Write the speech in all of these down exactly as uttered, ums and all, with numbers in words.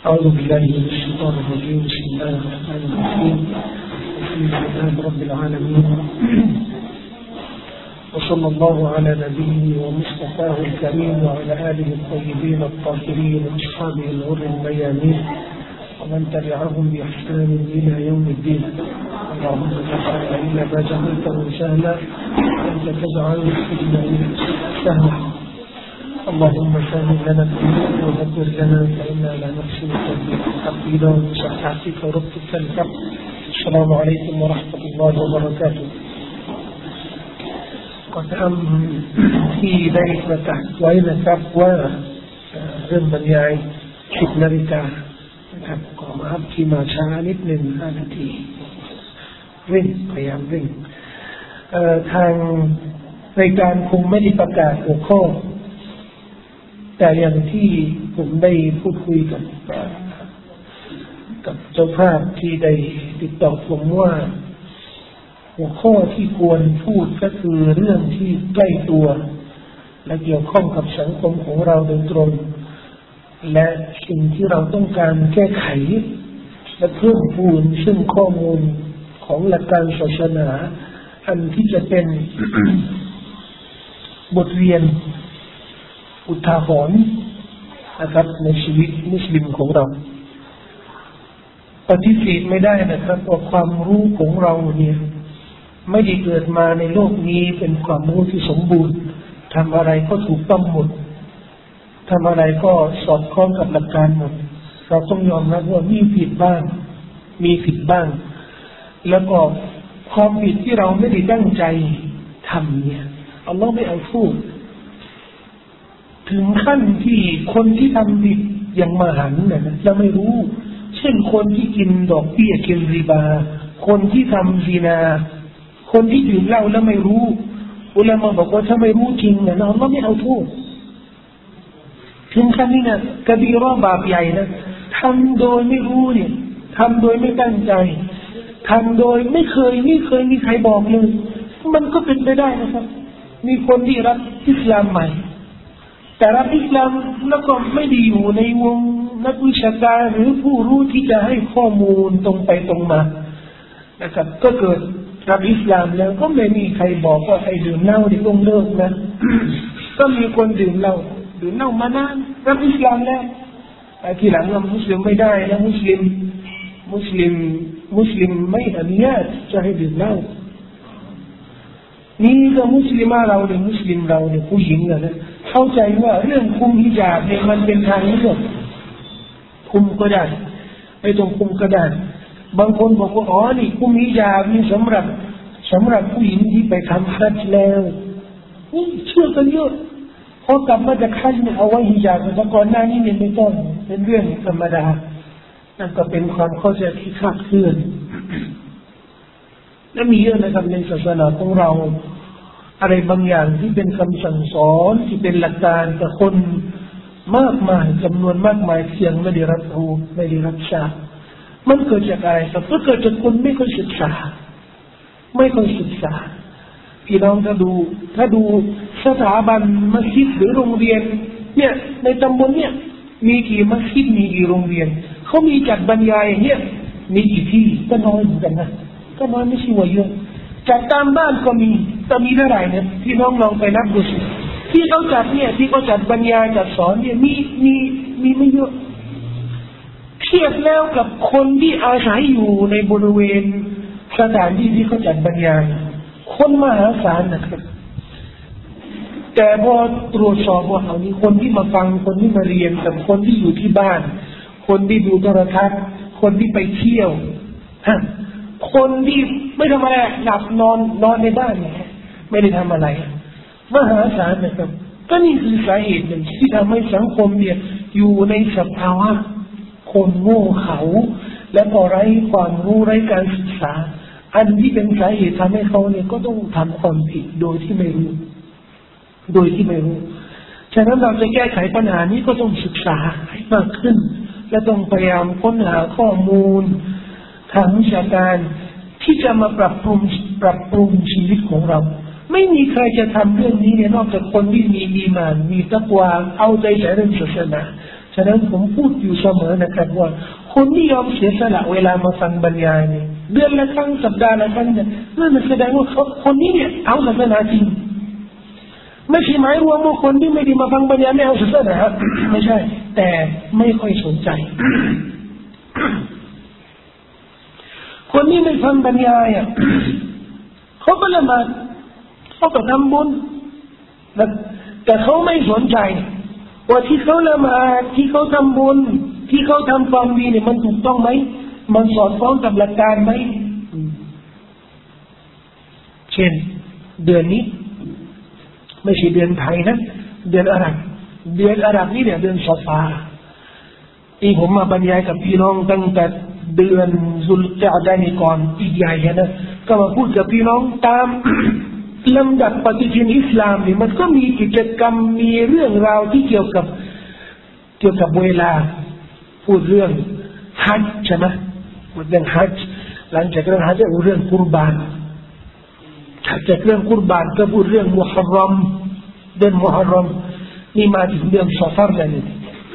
أعوذ بالله من الشيطان الرجيم بسم الله الرحمن الرحيم الحمد لله رب العالمين وصلى الله على نبيه ومصطفاه الكريم وعلى آله الطيبين الطاهرين وأصحابه الغر الميامين ومن تبعهم بإحسان إلى يوم الدين اللهم اجعل لنا ما جعلته سهلا وأنت تجعل الحزن سهلا اللهم سهل لنا الأمور وذكر لنا فإنا لا نحسن التدبير حقيقة وصحاتك وربك الحق السلام عليكم ورحمة الله وبركاتهก็ทำที่ได้ประกาศไว้นะครับว่าเรื่องบรรยายสิบนาฬิกานะครับขอมาที่มาช้านิดหนึ่งห้านาทีเร่งพยายามเร่งทางรายการคงไม่ได้ประกาศหัวข้อแต่อย่างที่ผมได้พูดคุยกับกับเจ้าภาพที่ได้ติดต่อผมว่าหัวข้อที่ควรพูดก็คือเรื่องที่ใกล้ตัวและเกี่ยวข้องกับสังคมของเราโดยตรงและสิ่งที่เราต้องการแก้ไขและเพิ่มพูนซึ่งข้อมูลของหลักการศาสนาอันที่จะเป็น บทเรียนอุทาหรณ์นะครับในชีวิตมุสลิมของเราปฏิเสธไม่ได้นะครับว่าความรู้ของเราเนี่ยไม่ได้เกิดมาในโลกนี้เป็นความรู้ที่สมบูรณ์ทำอะไรก็ถูกต้องหมดทำอะไรก็สอดคล้องกับหลักการหมดเราต้องยอมรับว่ามีผิดบ้างมีผิดบ้างแล้วก็ความผิดที่เราไม่ได้ตั้งใจทำเนี่ยอัลลอฮ์ไม่เอาพูดถึงขั้นที่คนที่ทำผิดอย่างมหันต์เนี่ยเราไม่รู้เช่นคนที่กินดอกเบี้ยกินริบาคนที่ทำซินาคนที่ดื่มเหล้าแล้วไม่รู้อุลามะบอกว่าถ้าไม่รู้จริงเนี่ยเราไม่เอาโทษถึงขั้นนี้นะกบีเราะห์บาปใหญ่นะทำโดยไม่รู้เนี่ยทำโดยไม่ตั้งใจทำโดยไม่เคยไม่เคยมีใครบอกเลยมันก็เป็นไปได้นะครับมีคนที่รับอิสลามใหม่แต่รับอิสลามแล้วก็ไม่ได้อยู่ในวงนักวิชาการหรือผู้รู้ที่จะให้ข้อมูลตรงไปตรงมานะครับก็เกิดรับอิสลามแล้วก็ไม่มีใครบอกว่าไอ้ดื่มเหล้าที่ต้องเลิกนะก็มีคนดื่มเหล้าดื่มเหล้ามานานรับอิสลามแล้วแต่ทีหลังเรามุสลิมไม่ได้นะมุสลิมมุสลิมมุสลิมไม่อนุญาตจะให้ดื่มเหล้านี่ก็มุสลิมเราเนี่ยมุสลิมเราเนี่ยผู้หญิงนะเข้าใจว่าเรื่องคุมฮิญาบเนี่ยมันเป็นทางเลือกคุมก็ได้ไม่ต้องคุมก็ได้บางคนบอกว่าอ๋อนี่คุมฮิญาบนี่สำหรับสำหรับผู้หญิงที่ไปทำฮัจญ์แล้วนี่เชื่อกันเยอะพอกลับมาจากฮัจญ์เนี่ยเอาไว้ฮิญาบแต่ก่อนหน้านี้เนี่ยไม่ต้องเป็นเรื่องธรรมดานั่นก็เป็นความเข้าใจที่คลาดเคลื่อนและมีเยอะนะครับในศาสนาของเราอะไรบางอย่างที่เป็นคำสั่งสอนที่เป็นหลักการแต่คนมากมายจำนวนมากมายเพียงไม่ได้รับรู้ไม่ได้รับทราบมันเกิดจากอะไรครับก็เกิดจากคนไม่ค่อยศึกษาไม่ค่อยศึกษาพี่น้องถ้าดูถ้าดูสถาบันมัสยิดหรือโรงเรียนเนี่ยในตำบลเนี่ยมีกี่มัสยิดมีกี่โรงเรียนเขามีจัดบรรยายอย่างเงี้ยมีกี่ที่ก็น้อยเหมือนกันนะก็น้อยไม่ใช่ว่าเยอะจัดตามบ้านก็มีแต่มีเท่าไหร่เนี่ยพี่น้องลองไปนับดูสิที่เขาจัดเนี่ยที่เขาจัดบรรยายจัดสอนเนี่ยมีมีมีไม่เยอะเทียบแล้วกับคนที่อาศัยอยู่ในบริเวณสถานที่ที่เขาจัดบรรยายคนมหาศาลนะครับแต่พอตรวจสอบว่าเอานี้คนที่มาฟังคนที่มาเรียนกับคนที่อยู่ที่บ้านคนที่ดูโทรทัศน์คนที่ไปเที่ยวฮะคนที่ไม่ทำอะไรหลับนอนนอนในบ้านเนี่ยไม่ได้ทำอะไรมหาศาลนะครับก็นี่คือสาเหตุหนึ่งที่ทำให้สังคมเนี่ยอยู่ในสภาวะคนโง่เขลาและก็ไร้ความรู้ไร้การศึกษาอันที่เป็นสาเหตุทำให้เขาเนี่ยก็ต้องทำความผิดโดยที่ไม่รู้โดยที่ไม่รู้ฉะนั้นเราจะแก้ไขปัญหานี้ก็ต้องศึกษาให้มากขึ้นและต้องพยายามค้นหาข้อมูลทางวิชาการที่จะมาปรับปรุงปรับปรุงชีวิตของเราไม่มีใครจะทำเรื่องนี้เนี่ยนอกจากคนที่มีอีหม่านมีตักวาเอาใจใส่เรื่องศาสนาฉะนั้นผมพูดอยู่เสมอนะครับว่าคนที่ยอมเสียสละเวลามาฟังบรรยายเนี่ยเดือนละครั้งสัปดาห์ละครั้งเนี่ยนั่นแสดงว่าเขาคนนี้เนี่ยเอาศาสนาจริงไม่ใช่หมายรวมว่าคนที่ไม่ได้มาฟังบรรยายไม่เอาศาสนาไม่ใช่แต่ไม่ค่อยสนใจคนที่ไม่ฟังบรรยายอ่ะเขาก็ละหมาดเขาก็ทำบุญแต่เขาไม่สนใจว่าที่เขาละหมาดที่เขาทำบุญที่เขาทำความดีเนี่ยมันถูกต้องไหมมันสอดคล้องกับหลักการไหมเช่นเดือนนี้ไม่ใช่เดือนไทยนะเดือนอาหรับเดือนอาหรับนี่เนี่ยเดือนซอฟาที่ผมมาบรรยายกับพี่น้องตั้งแต่เดือนซุลกะอ์ดะห์ก่อนอีกใหญ่นะก็มาพูดกับพี่น้องตามลำดับปฏิทินอิสลามนี่มันก็มีกิจกรรมมีเรื่องราวที่เกี่ยวกับเกี่ยวกับเวลาพูดเรื่องฮัจญ์ใช่ไหมพูดเรื่องฮัจญ์หลังจากเรื่องฮัจญ์ก็เรื่องกุรบานหลังจากเรื่องกุรบานก็พูดเรื่องมุฮัรรอมเดือนมุฮัรรอมนี่มาถึงเดือนซอฟาร์แล้วนี่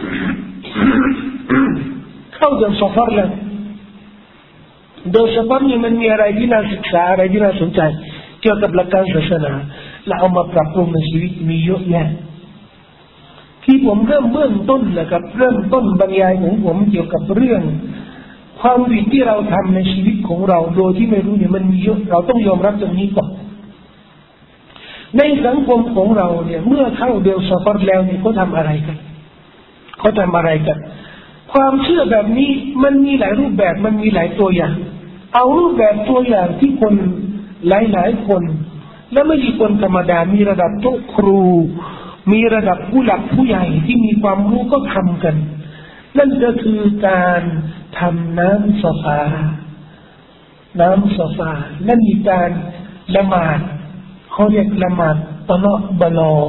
เข้าเดือนซอฟาร์แล้วเดือนซอฟาร์นี่มันมีอะไรที่น่าศึกษาอะไรที่น่าสนใจเกี่ยวกับหลักการศาสนาและเอามาปรับปรุงในชีวิตมีเยอะแยะที่ผมเริ่มเบื้องต้นนะครับเริ่มต้นบรรยายของผมเกี่ยวกับเรื่องความผิดที่เราทำในชีวิตของเราโดยที่ไม่รู้เนี่ยมันมีเยอะเราต้องยอมรับตรงนี้ก่อนในสังคมของเราเนี่ยเมื่อเข้าเดือนซอฟาร์แล้วเนี่ยเขาทำอะไรกันเขาทำอะไรกันความเชื่อแบบนี้มันมีหลายรูปแบบมันมีหลายตัวอย่างเอารูปแบบตัวอย่างที่คนหลายๆคนและไม่ใช่คนธรรมดามีระดับโต๊ะครูมีระดับผู้หลักผู้ใหญ่ที่มีความรู้ก็ทำกันนั่นก็คือการทำน้ำซอฟาน้ำซอฟานั่นมีการละหมาดเขาเรียกละหมาดตะเลาะบะลอ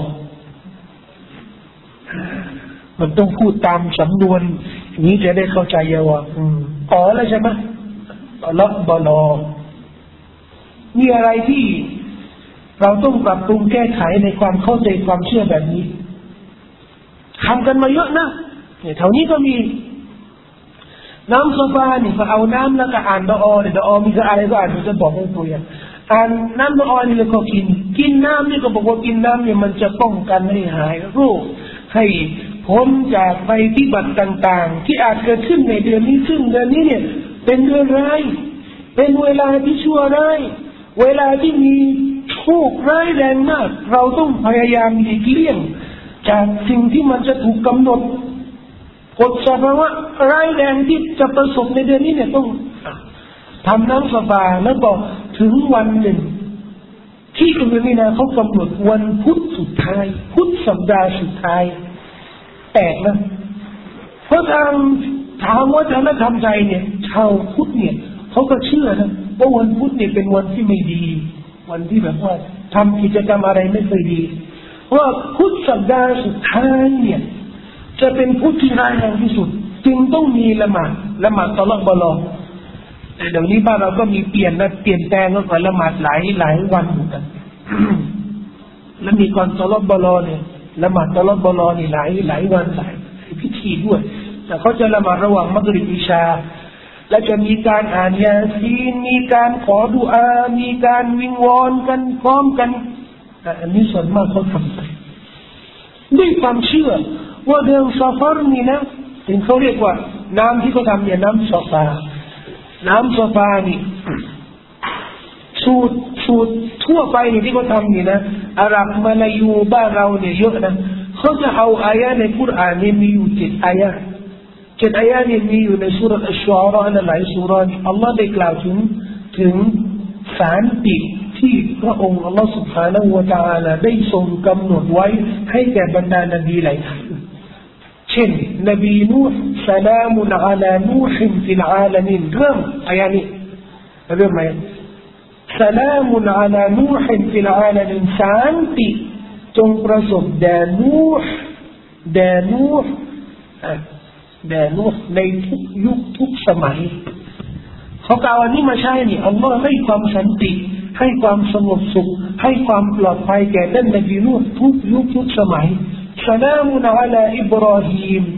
มันต้องพูดตามสำนวนนี้จะได้เข้าใจว่าอืมอ๋อแล้วใช่ไหมตะเลาะบะลอมีอะไรที่เราต้องปรับปรุงแก้ไขในความเข้าใจความเชื่อแบบนี้ทำกันมาเยอะนะเนี่ยแถวนี้ก็มีน้ำซอฟานี่ก็เอาน้ำแล้วก็อ่านดออเนี่ยดออมีอะไรก็อ่านจะบอกให้ตัวอย่างอ่านน้ำดออนี่แล้วก็กินกินน้ำนี่ก็บอกว่ากินน้ำเนี่ยมันจะป้องกันให้หายโรคให้พ้นจากภัยพิบัติต่างๆที่อาจเกิดขึ้นในเดือนนี้ซึ่งเดือนนี้เนี่ยเป็นเดือนร้ายเป็นเวลาที่ชั่วร้ายเวลาที่มีโชคร้ายแรงมากเราต้องพยายามหลีกเลี่ยงจากสิ่งที่มันจะถูกกำหนดกฎสภาวะร้ายแรงที่จะประสบในเดือนนี้เนี่ยต้องทำน้ำซอฟาแล้วก็ถึงวันหนึ่งที่คุณนี่นะเขากำหนดวันพุธสุดท้ายพุธสัปดาห์สุดท้ายแปลกนะเพราะทางถามว่าจะไม่ทำใจเนี่ยชาวพุทธเนี่ยเขาก็เชื่อนะว่าวันพุธเนี่ยเป็นวันที่ไม่ดีวันที่แบบว่าทำกิจกรรมอะไรไม่เคยดีว่าพุธสัปดาห์สุดท้ายเนี่ยจะเป็นพุธที่ร้ายแรงที่สุดจึงต้องมีละหมาดละหมาดตะเลาะบะลอแต่เดี๋ยวนี้บ้านเราก็มีเปลี่ยนนะเปลี่ยนแปลงก็ก่อนละหมาดหลายหลายวันเหมือนกัน แล้วมีก่อนตะเลาะบะลอเนี่ยละหมาดตะเลาะบะลอนี่หลายหลายวันหลายพิธีด้วยแต่เขาจะละหมาดระหว่างมักริบอิชาและจะมีการอ่านยาซีนมีการขอดุอามีการวิงวอนกันพร้อมกันอันนี้ส่วนมากเขาทำไปด้วยความเชื่อว่าเดือนซอฟาร์นี่นะถึงเขาเรียกว่าน้ำที่เขาทำเนี่ยน้ำซอฟาน้ำซอฟานี่สูตรสูตรทั่วไปนี่ที่เขาทำนี่นะอาหรับมาลายูบ้านเราเนี่ยเยอะนะเขาจะเอาอายะในกุรอานเนี่ยมีอยู่เจ็ดอายะเจ็ดอายะนี่มีอยู่ในสุรอัชชอราและหลายสุรานี่อัลลอฮ์ได้กล่าวถึงถึงสันติที่พระองค์อัลลอฮ์ سبحانه และ تعالى ได้ทรงกำหนดไว้ให้แก่บรรดานบีหลายท่านเช่นนบีนูห์สลามุนอะลานูห์ฟิลอาลามีนเริ่มอายะนี้เริ่มไหมสลามุนอะลานูห์ฟิลอาลามีนสันติจงประสบแด่นูห์แด่นูห์แด่นูห์ในทุกยุคทุกสมัยเขากล่าวอันนี้มาใช่นี่อัลลอฮ์ให้ความสันติให้ความสงบสุขให้ความปลอดภัยแก่ท่านนบีนูห์ทุกยุคทุกสมัยสลามุนอะลาอิบราฮีม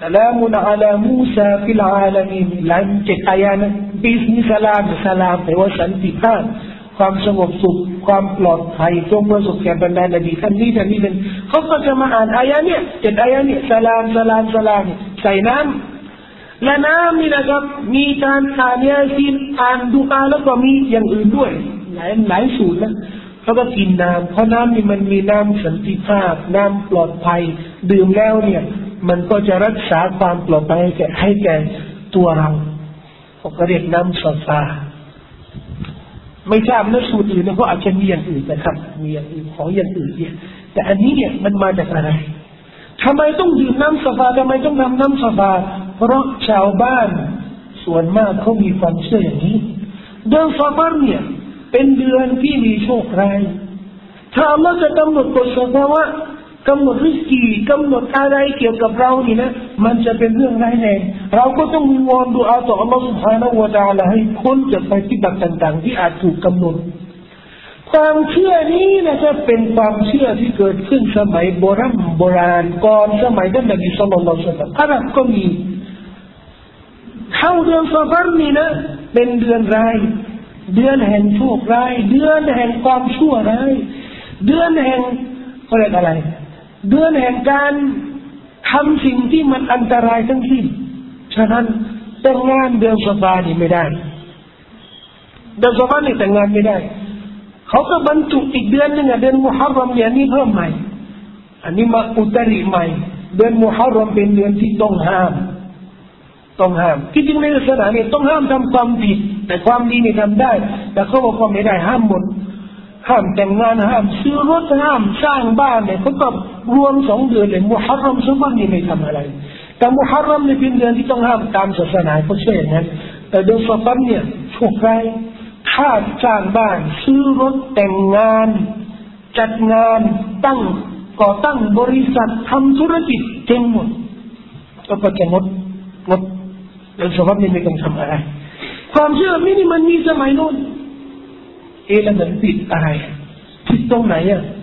สลามุนอะลามูซาฟิลอาลามีนหลังเจ็ดอายะนะบิสมิสลามสลามแปลว่าสันติภาพความสงบสุขความปลอดภัยจงประสบแก่บรรดานบีท่านนี้ท่านนี้เป็นเขาก็จะมาอ่านอายะเนี่ยเจ็ดอายะเนี่ยสลามสลามสลามใส่น้ำและน้ำนี่นะครับมีการอ่านยาซีนอ่านดุอาแล้วก็มีอย่างอื่นด้วยหลายหลายสูตรนะเขาก็กินน้ำเพราะน้ำนี่มันมีน้ำสันติภาพน้ำปลอดภัยดื่มแล้วเนี่ยมันก็จะรักษาความปลอดภัยให้แก่ให้แก่ตัวเราเขาก็เรียกน้ำซาฟาไม่ทราบนะสูตรอื่นนะก็อาจจะมีอย่างอื่นนะครับมีอย่างอื่นของอย่างอื่นเนี่ยแต่อันนี้เนี่ยมันมาจากอะไรทำไมต้องดื่มน้ำซาฟาทำไมต้องทำน้ำซาฟาเพราะชาวบ้านส่วนมากเขามีความเชื่ออย่างนี้เดือนซาฟาร์เนี่ยเป็นเดือนที่มีโชคร้ายถ้าอัลลอฮ์จะกำหนดกฎสภาวะกำหนดริสกีกำหนดอะไรเกี่ยวกับเรานี่นะมันจะเป็นเรื่องร้ายแรงเราก็ต้องวิงวอนดุอาต่ออัลลอฮ์ سبحانه และ تعالى ให้พ้นจากภัยพิบัติต่างๆที่อาจถูกกำหนดความเชื่อนี้นะครับเป็นความเชื่อที่เกิดขึ้นสมัยโบราณโบราณก่อนสมัยท่านนบีศ็อลลัลลอฮุอะลัยฮิวะซัลลัมอาหรับก็มีเข้าเดือนซะฟาร์นี่นะเป็นเดือนร้ายเดือนแห่งโชคร้ายเดือนแห่งความชั่วร้ายเดือนแห่งเขาเรียกอะไรเดือนแห่งการทำสิ่งที่มันอันตรายทั้งสิ้นฉะนั้นแต่งงานเดือนซะฟาร์นี่ไม่ได้เดือนซะฟาร์นี่แต่งงานไม่ได้เขาก็บรรจุอีกเดือนนึงอ่ะเดือนมุฮัรรอมเนี่ยนี่เพิ่มใหม่อันนี้มาอุตริใหม่เดือนมุฮัรรอมเป็นเดือนที่ต้องห้ามต้องห้ามที่จริงในศาสนาเนี่ยต้องห้ามทำความผิดแต่ความดีนี่ทำได้แต่เขาบอกว่าไม่ได้ห้ามหมดห้ามแต่งงานห้ามซื้อรถห้ามสร้างบ้านเนี่ยเขาก็รวมสองเดือนเลยมุฮัรรอมซะฟาร์นี่ไม่ทำอะไรแต่มุฮัรรอมเนี่ยเป็นเดือนที่ต้องห้ามตามศาสนาเขาเชื่ออย่างนั้นแต่เดือนซะฟาร์เนี่ยโชคร้ายถ้าสร้างบ้านซื้อรถแต่งงานจัดงานตั้งก่อตั้งบริษัททำธุรกิจเจ๊งหมดก็จะงดงดแล้วสภาพนี้ไม่ต้องทำอะไรความเชื่อนี้นี่มันมีสมัยโน้นเอ๊ะแล้วมันผิดอะไรผิดตรงไหนอ่ะ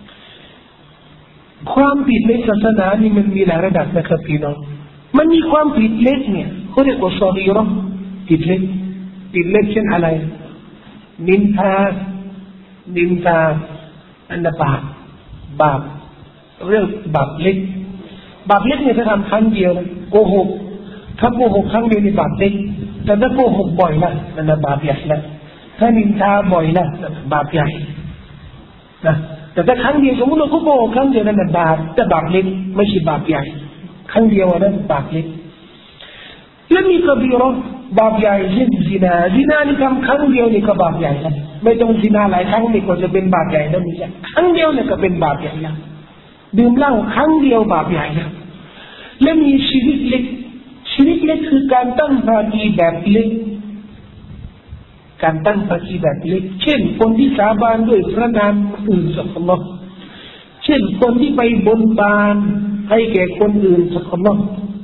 ความผิดในศาสนานี่มันมีหลายระดับนะครับพี่น้องมันมีความผิดเล็กเนี่ยเขาเรียกว่าซอกีเราะห์ผิดเล็กผิดเล็กเช่นอะไรนินทานินทาอันนั้นบาปบาปเรื่องบาปเล็กบาปเล็กเนี่ยถ้าทำครั้งเดียวนะโกหกถ้าโกหกครั้งเดียวนี่บาปเล็กแต่ถ้าโกหกบ่อยนะนั่นบาปใหญ่นะถ้านินทาบ่อยนะบาปใหญ่นะแต่ถ้าครั้งเดียวสมมติเราโกหกครั้งเดียวนั่นบาปแต่บาปเล็กไม่ใช่บาปใหญ่ครั้งเดียวนั่นบาปเล็กแล้วมีกบีเราะห์บาปใหญ่เช่นซินาซินานี่ทำครั้งเดียวนี่ก็บาปใหญ่แล้วไม่ต้องซินาหลายครั้งนี่ก็จะเป็นบาปใหญ่แล้วนี่จ้ะครั้งเดียวเนี่ยก็เป็นบาปใหญ่แล้วดื่มเหล้าครั้งเดียวบาปใหญ่แล้วและมีชีริกเล็กชีริกเล็กคือการตั้งภาคีแบบเล็กการตั้งภาคีแบบเล็กเช่นคนที่สาบานด้วยพระนามอื่นจากอัลลอฮ์เช่นคนที่ไปบนบานให้แก่คนอื่นจากอัลลอฮ์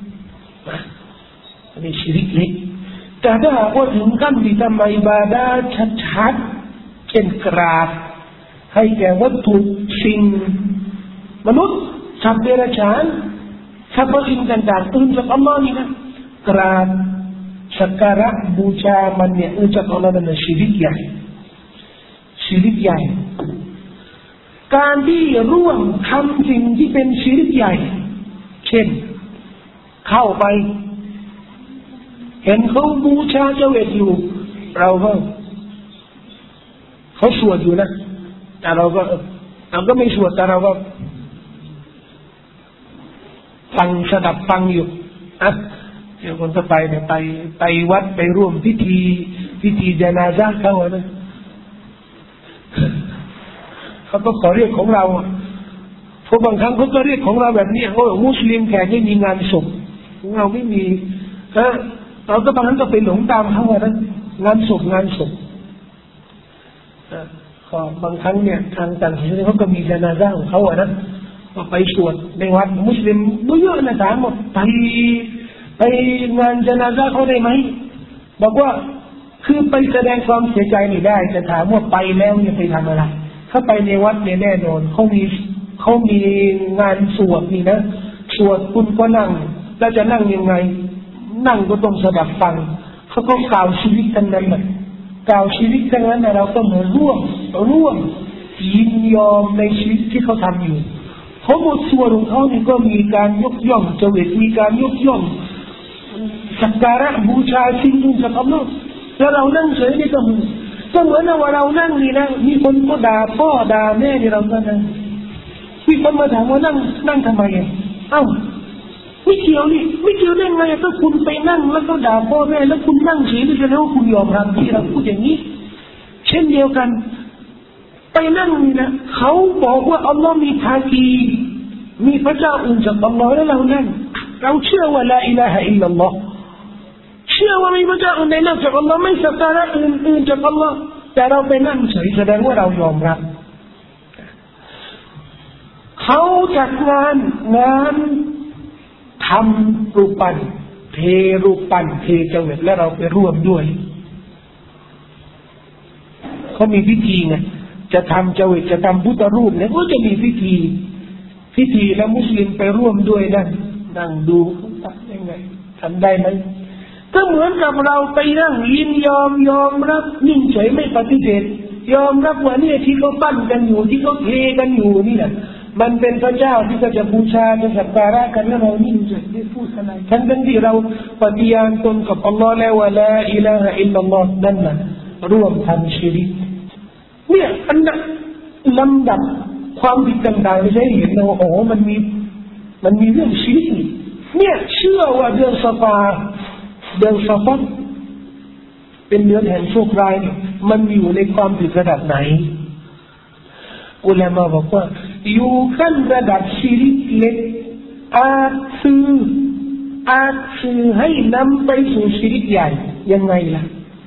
อันนี้ชีริกเล็กแต่ถ้าหากว่าถึงขั้นที่ทำอิบาดะห์ชัดๆเช่นกราบให้แก่วัตถุสิ่งมนุษย์สัตว์เดรัจฉานสรรพสิ่งต่างๆอื่นจากอัลลอฮ์นี่นะกราบสักการะบูชามันเนี่ยอื่นจากอัลลอฮ์นั่นเป็นชีริกใหญ่ชีริกใหญ่การที่ร่วมทำสิ่งที่เป็นชีริกใหญ่เช่นเข้าไปเห็นเขาบูชาเจ้าเวทอยู่เราก็เขาสวดอยู่นะแต่เราก็เราก็ไม่สวดแต่เราก็ฟังสดับฟังอยู่อ่ะเดี๋ยวคนจะไปเนี่ยไปไปวัดไปร่วมพิธีพิธีญานาซะห์เขานะเขาก็ขอเรียกของเราเพราะบางครั้งเขาก็เรียกของเราแบบนี้โอ้มุสลิมแขกไม่มีงานศพของเราไม่มีฮะเราก็บางครั้งก็ไปหลงตามเขานะงานศพงานศพก็บางครั้งเนี่ยทางต่างศาสนาเขาก็มีญานาซะห์ของเขาอะนะก็ไปสวดในวัดมุสลิมเยอะนะถามหมดไปไปงานญานาซะห์เขาได้ไหมบอกว่าคือไปแสดงความเสียใจนี่ได้แต่ถามว่าไปแล้วเนี่ยไปทำอะไรถ้าไปในวัดเนี่ยแน่นอนเขามีเขามีงานสวดนี่นะสวดคุณก็นั่งแล้วจะนั่งยังไงนั่งก็ต้องสดับฟังเขาก็กล่าวชีวิตทั้งนั้นแหละกล่าวชีวิตทั้งนั้นเราก็เหมือนร่วมร่วมยินยอมในชีวิตที่เขาทำอยู่เขาหมดส่วนของเขานี่ก็มีการยกย่องเจวิตมีการยกย่องสักการะบูชาสิ่งอื่นจากอัลลอฮ์แล้วเรานั่งเฉยนี่ก็เหมือนก็เหมือนว่าเรานั่งนี่นะมีคนก็ด่าพ่อด่าแม่นี่เราก็นั่งมีคนมาถามว่านั่งนั่งทำไมอ่ะเอ้าไม่เกี่ยวนี่ไม่เกี่ยวได้ไงถ้าคุณไปนั่งแล้วก็ด่าพ่อแม่แล้วคุณนั่งเฉยนี่แสดงว่าคุณยอมรับที่เราพูดอย่างนี้เช่นเดียวกันไปนั่งนี่นะเขาบอกว่าอัลลอฮ์มีภาคีมีพระเจ้าอื่นจากอัลลอฮ์แล้วเรานั่งเราเชื่อว่าลาอิลาฮะอิลลัลลอฮ์เชื่อว่ามีพระเจ้าอื่นใดนอกจากอัลลอฮ์ไม่สักการะอื่นๆจากอัลลอฮ์แต่เราไปนั่งเฉยแสดงว่าเรายอมรับเขาจัดงานงานทำรูปปั้นเทรูปปั้นเทเจวิตและเราไปร่วมด้วยเขามีพิธีไงจะทำเจวิตจะทำพุทธรูปเนี่ยก็จะมีพิธีพิธีแล้วมุสลิมไปร่วมด้วยนั่งนั่งดูเขาทำยังไงทำได้ไหมก็เหมือนกับเราไปนั่งยินยอมยอมรับนิ่งเฉยไม่ปฏิเสธยอมรับว่าเนี่ยที่เขาปั้นกันอยู่ที่เขาเทกันอยู่นี่แหละมันเป็นพระเจ้าที่ก็จะบูชาจะสักการะกันแล้วเรานิ่งเฉยไม่พูดอะไรทั้งทั้งที่เราปฏิญาณตนกับอัลลอฮ์แล้วว่าลาอิลาฮะอิลลัลลอฮ์นั่นน่ะร่วมทำชิริกเนี่ยอันนั้นลำดับความผิดต่างๆไม่ใช่เห็นเราโอ้มันมีมันมีเรื่องชิริกเนี่ยเชื่อว่าเดือนซะฟาเดือนซะฟาเป็นเดือนแห่งโชคร้ายมันอยู่ในความผิดระดับไหนอุลามะบอกว่าอยู่ขั้นระดับชิริกเล็กอาจสื่ออาจสื่อให้นำไปสู่ชิริกใหญ่ยังไงล่ะ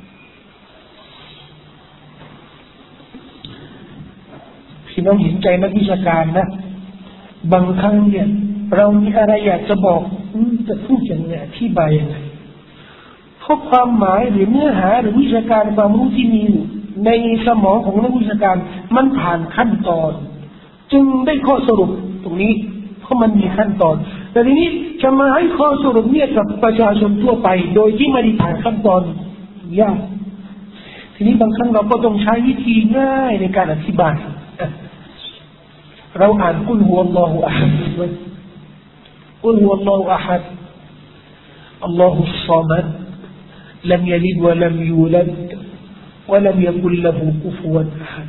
พี่น้องเห็นใจนักวิชาการนะบางครั้งเนี่ยเรามีอะไรอยากจะบอกจะพูดอย่างไรอธิบายยังไงเพราะความหมายหรือเนื้อหาหรือวิชาการความรู้ที่มีอยู่ในสมองของนักวิชาการมันผ่านขั้นตอนจึงได้ข้อสรุปตรงนี้เพราะมันมีขั้นตอนแต่ทีนี้จะมาให้ข้อสรุปเนี่ยกับประชาชนทั่วไปโดยที่ไม่ได้ผ่านขั้นตอนยากทีนี้บางครั้งเราก็ต้องใช้วิธีง่ายในการอธิบายเราอ่านกุลฮุวัลลอฮุอะฮัดกุลฮุวัลลอฮุอะฮัดอัลลอฮุศอมัดลัมยะลิดวะลัมยูลัดวะลัมยะกุลละฮูกุฟุวันอะฮัด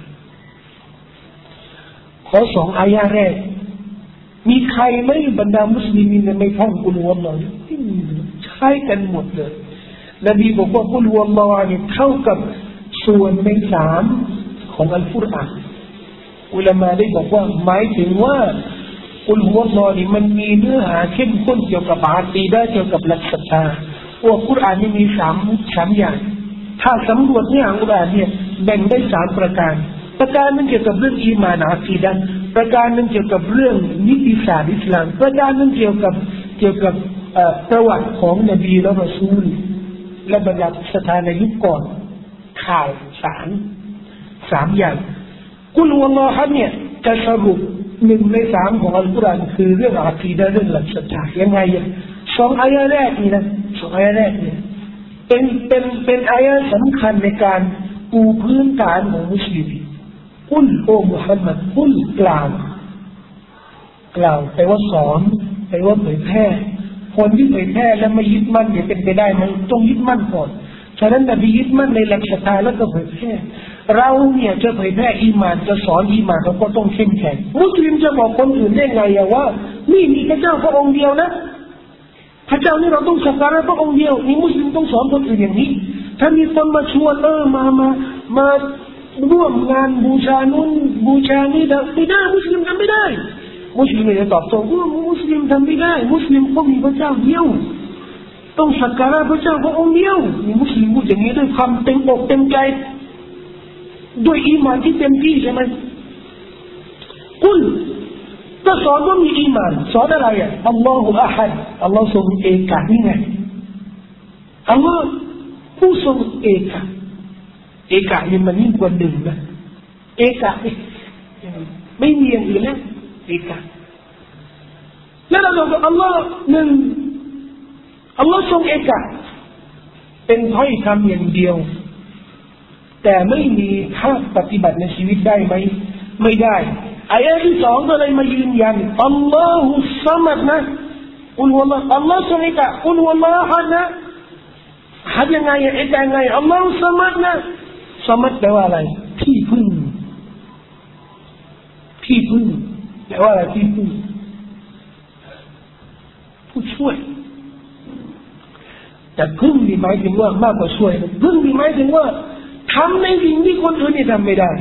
ขอสองอายะแรกมีใครไม่บรรดามุสลิมในไม่ท่องกุลฮุวัลลอฮุใช้กันหมดเลยนบีบอกว่ากุลฮุวัลลอฮุเนี่ยเท่ากับส่วนในสามของอัลกุรอานอุลามะได้บอกว่าหมายถึงว่ากุลฮุวัลลอฮุนี่มันมีเนื้อหาเข้มข้นเกี่ยวกับอากีดะห์เกี่ยวกับหลักศรัทธาว่ากุรอานนี่มีสามสามอย่างถ้าสำรวจเนี่ยกุรอานเนี่ยแบ่งได้สามประการประการนึงเกี่ยวกับเรื่องอีมานอากีดะห์ประการนึงเกี่ยวกับเรื่องนิติศาสตร์อิสลามประการนึงเกี่ยวกับเกี่ยวกับประวัติของนบีและรอซูลและบรรดาสถานในยุคก่อนข่าวสารสามอย่างกุลฮุวัลลอฮุเนี่ยจะสรุปหนึ่งในสามของอัลกุรอานคือเรื่องอากีดะห์เรื่องหลักศรัทธายังไงอ่ะสองอายะแรกนี่นะสองอายะแรกเนี่ยเป็นเป็นเป็นอายะสำคัญในการปูพื้นฐานของมุสลิมกุลโอมุฮัมมัดกุลกล่าวกล่าวแปลว่าสอนแปลว่าเผยแพร่คนที่เผยแพร่แล้วไม่ยึดมั่นเนี่ยเป็นไปได้ไหมต้องยึดมั่นก่อนฉะนั้นนบียึดมั่นในหลักศรัทธาแล้วก็เผยแพร่เราเนี่ยจะเผยแพร่อีหม่านจะสอนอีหม่านเราก็ต้องเข้มแข็งมุสลิมจะบอกคนอื่นได้ไงอะว่านี่มีพระเจ้าพระองค์เดียวนะพระเจ้านี่เราต้องสักการะพระองค์เดียวนี่มุสลิมต้องสอนคนอื่นอย่างนี้ถ้ามีคนมาชวนเออมามามาร่วมงานบูชานู้นบูชานี่ไม่ได้มุสลิมทำไม่ได้มุสลิมจะตอบโต้ว่ามุสลิมทำไม่ได้มุสลิมเขามีพระเจ้าเดียวต้องสักการะพระเจ้าพระองค์เดียวนี่มุสลิมพูดอย่างนี้ด้วยความเต็มอกเต็มใจด้วยอีหม่านที่เต็มที่ใช่ไหมกุลก็สอนว่ามีอีหม่านสอนอะไรอ่ะอัลลอฮฺอะฮัดอัลลอฮฺทรงเอกะนี่ไงอัลลอฮฺผู้ทรงเอกะเอกะนี่มันยิ่งกว่าหนึ่งนะเอกะไม่มีอย่างอื่นแล้วเอกะแล้วเราบอกอัลลอฮฺหนึ่งอัลลอฮ์ทรงเอกะเป็นถ้อยคำอย่างเดียวแต่ไม่มีภาคปฏิบัติในชีวิตได้ไหมไม่ได้อายะที่สองก็เลยมายืนยันอัลลอฮุซัมัดนะอุลวะลาอัลลอฮ์ทรงเอกะอุลวะลาฮะนะฮัดยังไงเอกะยังไงอัลลอฮุซัมัดนะซัมัดแปลว่าอะไรที่พึ่งที่พึ่งแปลว่าอะไรที่พึ่งผู้ช่วยแต่พึ่งนี่หมายถึงว่ามากกว่าช่วยพึ่งนี่หมายถึงว่าทำในสิ่งที่คนอื่นนี่ทำไม่ได้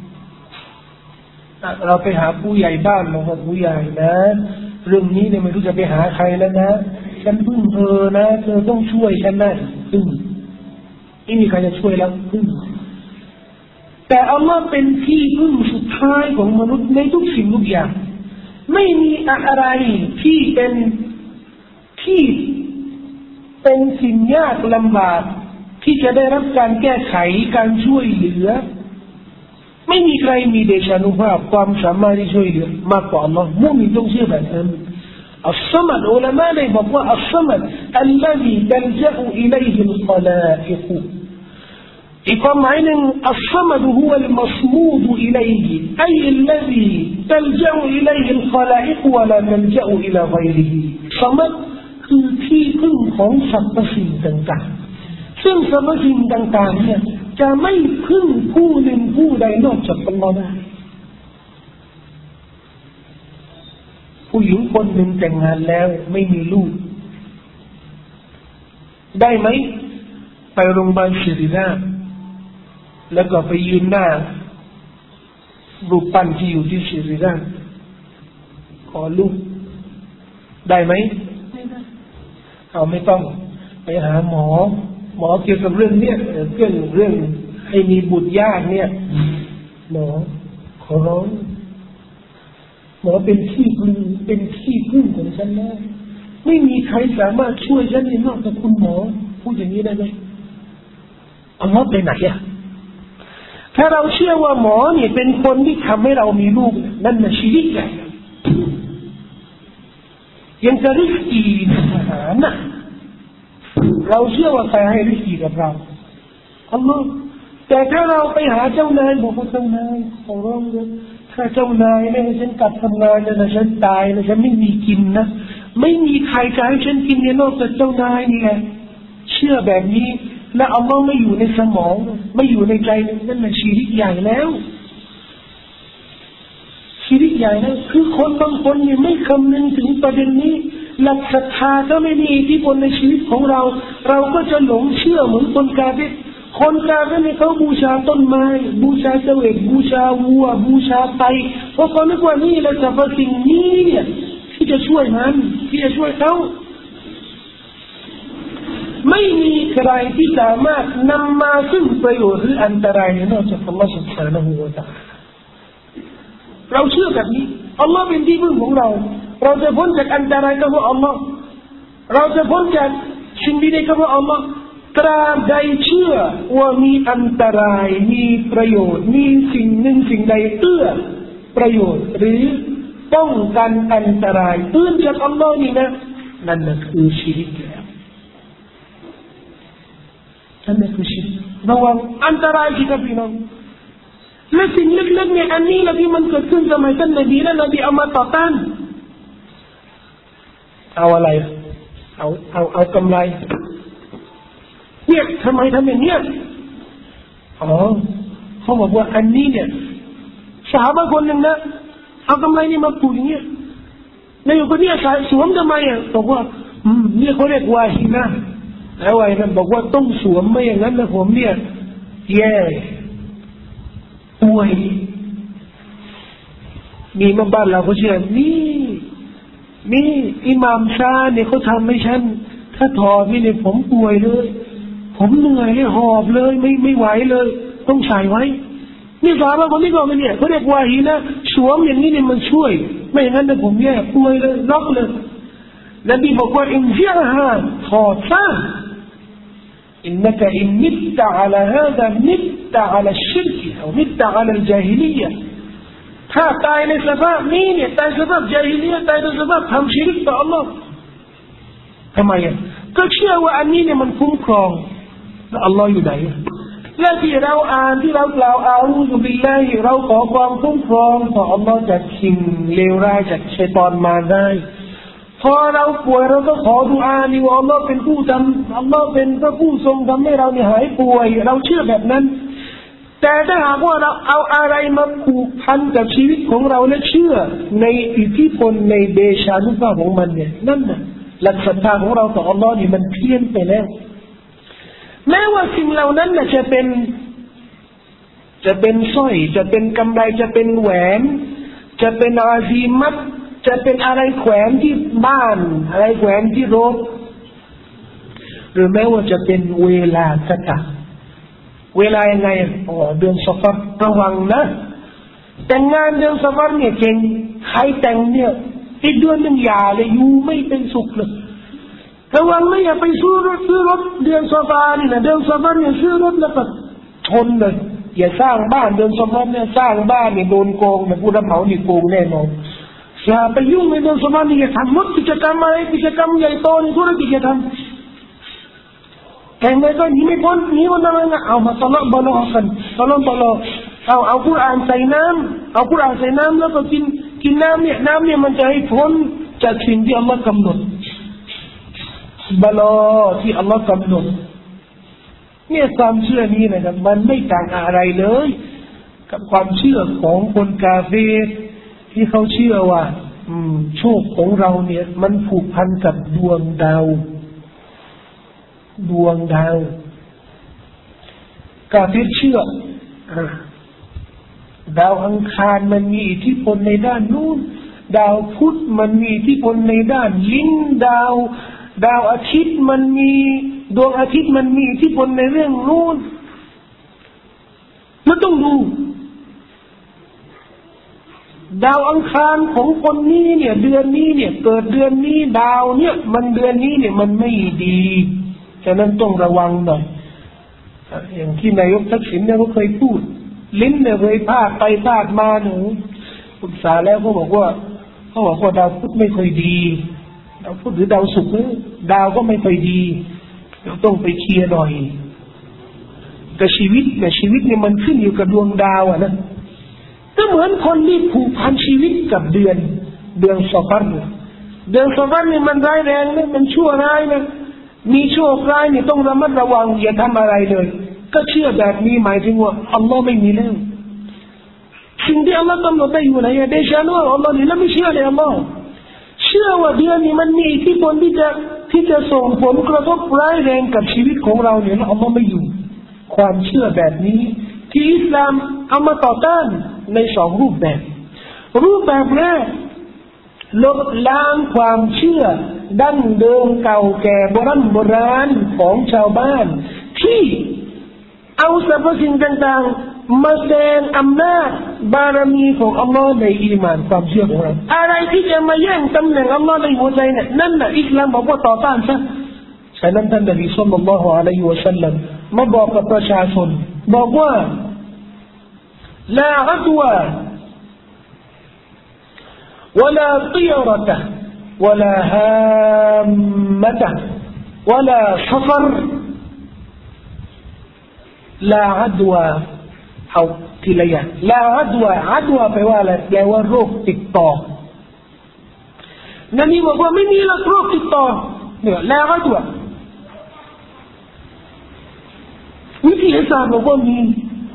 เราไปหาผู้ใหญ่บ้านเราบอกผู้ใหญ่นะเรื่องนี้เนี่ยไม่รู้จะไปหาใครแล้วนะฉันพึ่งเธอนะเธอต้องช่วยฉันนะพึ่งไม่มีใครจะช่วยแล้วพึ่งแต่อัลลอฮ์เป็นที่พึ่งสุดท้ายของมนุษย์ในทุกสิ่งทุกอย่างไม่มีอะไรที่เป็นที่เป็นสิ่งยากลำบากที่จะได้รับการแก้ไขการช่วยเหลือไม่มีใครมีเดชานุภาพความสามารถที่ช่วยเหลือมากกว่าอัลลอฮ์มุมินต้องเชื่อแบบนั้นอัลซัมัดอุลามะได้บอกว่าอัลซัมัดอัลลซีตัลจะอูอิลัยฮิลคอลาอิกุอีกความหมายหนึ่งอัลซัมัดฮุวัลมัสมูดอิลัยฮิไออัลลซีตัลจะอูอิลัยฮิลคอลาอิกุวะลาตัลจะอูอิลาฆอยริฮิซัมัดคือที่พึ่งของสรรพสิ่งต่างๆซึ่งสรรพสิ่งต่างๆเนี่ยจะไม่พึ่งผู้หนึ่งผู้ใดนอกจากอัลลอฮ์ได้ผู้หญิงคนหนึ่งแต่งงานแล้วไม่มีลูกได้ไหมไปโรงพยาบาลศิริราชแล้วก็ไปยืนหน้ารูปปั้นที่อยู่ที่ศิริราชขอลูกได้ไหมไม่ได้เอาไม่ต้องไปหาหมอหมอเกี่ยวกับเรื่องเนี้ยเรื่องเรื่องให้มีบุตรยากเนี่ยหมอขอร้องหมอเป็นที่พึ่งเป็นที่พึ่งของฉันนะไม่มีใครสามารถช่วยฉันได้นอกจากคุณหมอพูดอย่างนี้ได้ไหมอัลลอฮ์ไปไหนอะถ้าเราเชื่อว่าหมอเนี่ยเป็นคนที่ทำให้เรามีลูกนั่นน่ะชีริกใหญ่ยังจะริสกีอาหารน่ะเราเชื่อว่าใครให้ริสกีกับเราอัลลอฮ์แต่ถ้าเราไปหาเจ้านายบอกว่าเจ้านายขอร้องเลยถ้าเจ้านายไม่ให้ฉันกลับทำงานแล้วนะฉันตายแล้วฉันไม่มีกินนะไม่มีใครจะให้ฉันกินในนอกจากเจ้านายนี่แหละเชื่อแบบนี้และอัลลอฮ์ไม่อยู่ในสมองไม่อยู่ในใจนั่นมันชีริกใหญ่แล้วชีริกใหญ่แล้วคือคนบางคนเนี่ยไม่คำนึงถึงประเด็นนี้หลักศรัทธาก็ไม่มีอิทธิพลในชีวิตของเราเราก็จะหลงเชื่อเหมือนคนกาเฟรคนกาเฟรเนี่ยเขาบูชาต้นไม้บูชาเจวิตบูชาวัวบูชาไก่เพราะเขาคิดว่านี่แหละสรรพสิ่งนี้เนี่ยที่จะช่วยมันที่จะช่วยเขาไม่มีใครที่สามารถนำมาซึ่งประโยชน์หรืออันตรายนอกจากอัลลอฮฺ سبحانه และ تعالى เราเชื่อแบบนี้อัลลอฮ์เป็นที่พึ่งของเราเราจะพ้นจากอันตรายก็เพราะอัลลอฮ์เราจะพ้นจากสิ่งใดก็เพราะอัลลอฮ์ตราบใดเชื่อว่ามีอันตรายมีประโยชน์มีสิ่งหนึ่งสิ่งใดเอื้อประโยชน์หรือป้องกันอันตรายอื่นจากอัลลอฮ์นี่นะนั่นน่ะคือชีริกแล้วนั่นคือชิริกระวังอันตรายที่กับพี่น้องและสิ่งเล็กๆเนี่ยอันนี้แหละที่มันเกิดขึ้นสมัยท่านนบีและนบีเอามาต่อต้านเอาอะไรเอาเอาเอากำไรเนี่ยทำไมทำอย่างเนี้ยอ๋อเขาบอกว่าอันนี้เนี่ยสาวบางคนหนึ่งนะเอากำไรนี่มาผูกอย่างเงี้ยในอยู่คนนี้สายสวมทำไมอ่ะบอกว่าอืมเนี่ยเขาเรียกว่าฮินะแล้วไอ้นั่นบอกว่าต้องสวมไม่อย่างนั้นนะผมเนี่ยแย่ป่วยมีมาบ้านเราเขาเชื่อนี่นี่อิหม่ามชาเนี่ยเขาทำให้ฉันถ้าถอดนี่เนี่ยผมป่วยเลยผมเหนื่อยเลยหอบเลยไม่ไม่ไหวเลยต้องใส่ไว้นี่สาวบางคนที่ก็ไม่เนี่ยเขาเรียกว่าฮีนะสวมอย่างนี้เนี่ยมันช่วยไม่อย่างนั้นนะผมแย่ป่วยเลยน็อกเลยนบีบอกว่าอินเสียฮะถอดซะإنك إن مت على هذا مت على الشرك أو مت على الجاهلية ถ้าตายในสภาพนี้เนี่ยตายสภาพญาฮิลียะห์ตายในสภาพทำชิริกต่ออัลลอฮ์ทำไมอ่ะก็เชื่อว่าอันนี้เนี่ยมันคุ้มครองแล้วอัลลอฮ์อยู่ไหนและที่เราอ่านที่เรากล่าวอาอูซุบิลลาฮิเราขอความคุ้มครองต่ออัลลอฮ์จากสิ่งเลวร้ายจากชัยฏอนมาได้พอเราป่วยเราก็ขอดุอานี่ว่าอัลลอฮ์เป็นผู้ทำอัลลอฮ์เป็นพระผู้ทรงทำให้เราเนี่ยหายป่วยเราเชื่อแบบนั้นแต่ถ้าหากว่าเราเอาอะไรมาผูกพันกับชีวิตของเราและเชื่อในอิทธิพลในเดชานุภาพของมันเนี่ยนั่นน่ะหลักศรัทธาของเราต่ออัลลอฮ์นี่มันเพี้ยนไปแล้วแม้ว่าสิ่งเหล่านั้นน่ะจะเป็นจะเป็นสร้อยจะเป็นกำไรจะเป็นแหวนจะเป็นอาซีมัตจะเป็นอะไรแขวนที่บ้านอะไรแขวนที่รถหรือแม้ว่าจะเป็นเวลาก็ตามเวลายังไงอ๋อเดือนซอฟัรระวังนะแต่งงานเดือนซอฟัรเนี่ยเก่งใครแต่งเนี่ยอีกเดือนนึงอย่าเลยอยู่ไม่เป็นสุขเลยระวังไม่อย่าไปซื้อรถซื้อรถเดือนซอฟัรนี่นะเดือนซอฟัรเนี่ยซื้อรถแล้วก็ชนเลยอย่าสร้างบ้านเดือนซอฟัรเนี่ยสร้างบ้านเนี่ยโดนโกงแต่ผู้รับเหมานี่โกงแน่นอนอย่าไปยุ่งในเดือนซอฟัรนี่อย่าทำมดกิจกรรมอะไรกิจกรรมใหญ่โตในธุรกิจอย่าทำแต่ไม่ก็หนีไม่พ้นหนีพ้นอะไรนะเอามาตลอดบลอกันตลอดบลอเอาเอากุรอานใส่น้ำเอากุรอานใส่น้ำแล้วก็กินกินน้ำเนี่ยน้ำเนี่ยมันจะให้พ้นจากสิ่งที่อัลลอฮ์กำหนดบลอที่อัลลอฮ์กำหนดเนี่ยความเชื่อนี้นะครับมันไม่ต่างอะไรเลยกับความเชื่อของคนกาเฟรที่เขาเชื่อว่าอืมโชคของเราเนี่ยมันผูกพันกับดวงดาวดวงดาวกาเฟรเชื่อดาวอังคารมันมีอิทธิพลในด้านนู้นดาวพุธมันมีอิทธิพลในด้านลิ้นดาวดาวอาทิตย์มันมีดวงอาทิตย์มันมีอิทธิพลในเรื่องนู้นมันต้องดูดาวอังคารของคนนี้เนี่ยเดือนนี้เนี่ยเกิดเดือนนี้ดาวเนี่ยมันเดือนนี้เนี่ยมันไม่ดีฉะนั้นต้องระวังหน่อยอย่างที่นายกทักษิณเนี่ยเขาเคยพูดลิ้นเนี่ยเคยพลาดไปพลาดมาหนูปรึกษาแล้วเขาบอกว่าเขาบอกว่าดาวพุธไม่ค่อยดีดาวพุธหรือดาวศุกร์ดาวก็ไม่ค่อยดีเราต้องไปเคลียร์หน่อยแต่ชีวิตเนี่ยชีวิตเนี่ยมันขึ้นอยู่กับดวงดาวอ่ะนะก็เหมือนคนที่ผูกพันชีวิตกับเดือนเดือนซอฟัรเดือนซอฟัรเนี่ยมันร้ายแรงนะมันชั่วร้ายนะมีโชคร้ายเนี่ยต้องระมัดระวังอย่าทำอะไรเลยก็เชื่อแบบนี้หมายถึงว่าอัลลอฮ์ไม่มีแล้วสิ่งที่อัลลอฮ์กำหนดได้อยู่ไหนเดชานุอัลลอฮ์นี่แล้วไม่เชื่อเลยอัลลอฮ์เชื่อว่าเดือนนี้มันมีอิทธิพลที่จะที่จะส่งผลกระทบร้ายแรงกับชีวิตของเราเนี่ยอัลลอฮ์ไม่อยู่ความเชื่อแบบนี้ที่อิสลามเอามาต่อต้านในสองรูปแบบรูปแบบแรกลบล้างความเชื่อดั้งเดิมเก่าแก่โบราณโบราณของชาวบ้านที่เอาสรรพสิ่งต่างๆมาแสดงอำนาจบารมีของอัลลอฮ์ในอีหม่านความเชื่อของเราอะไรที่จะมาแย่งตำแหน่งอัลลอฮ์ในหัวใจเนี่ยนั่นแหละอิสลามบอกว่าต่อต้านซะฉะนั้นท่านนบีศ็อลลัลลอฮุอะลัยฮิวะซัลลัมมาบอกกับประชาชนบอกว่าลาอัดวะولا طيرة ولا هامة ولا صفر لا عدوى أو تليا لا عدوى عدوى แปลว่าอะไรแปลว่าโรคติดต่อนบีบอกว่าไม่มีโรคติดต่อเนี่ยลาอัดวะวิทยาศาสตร์บอกว่ามี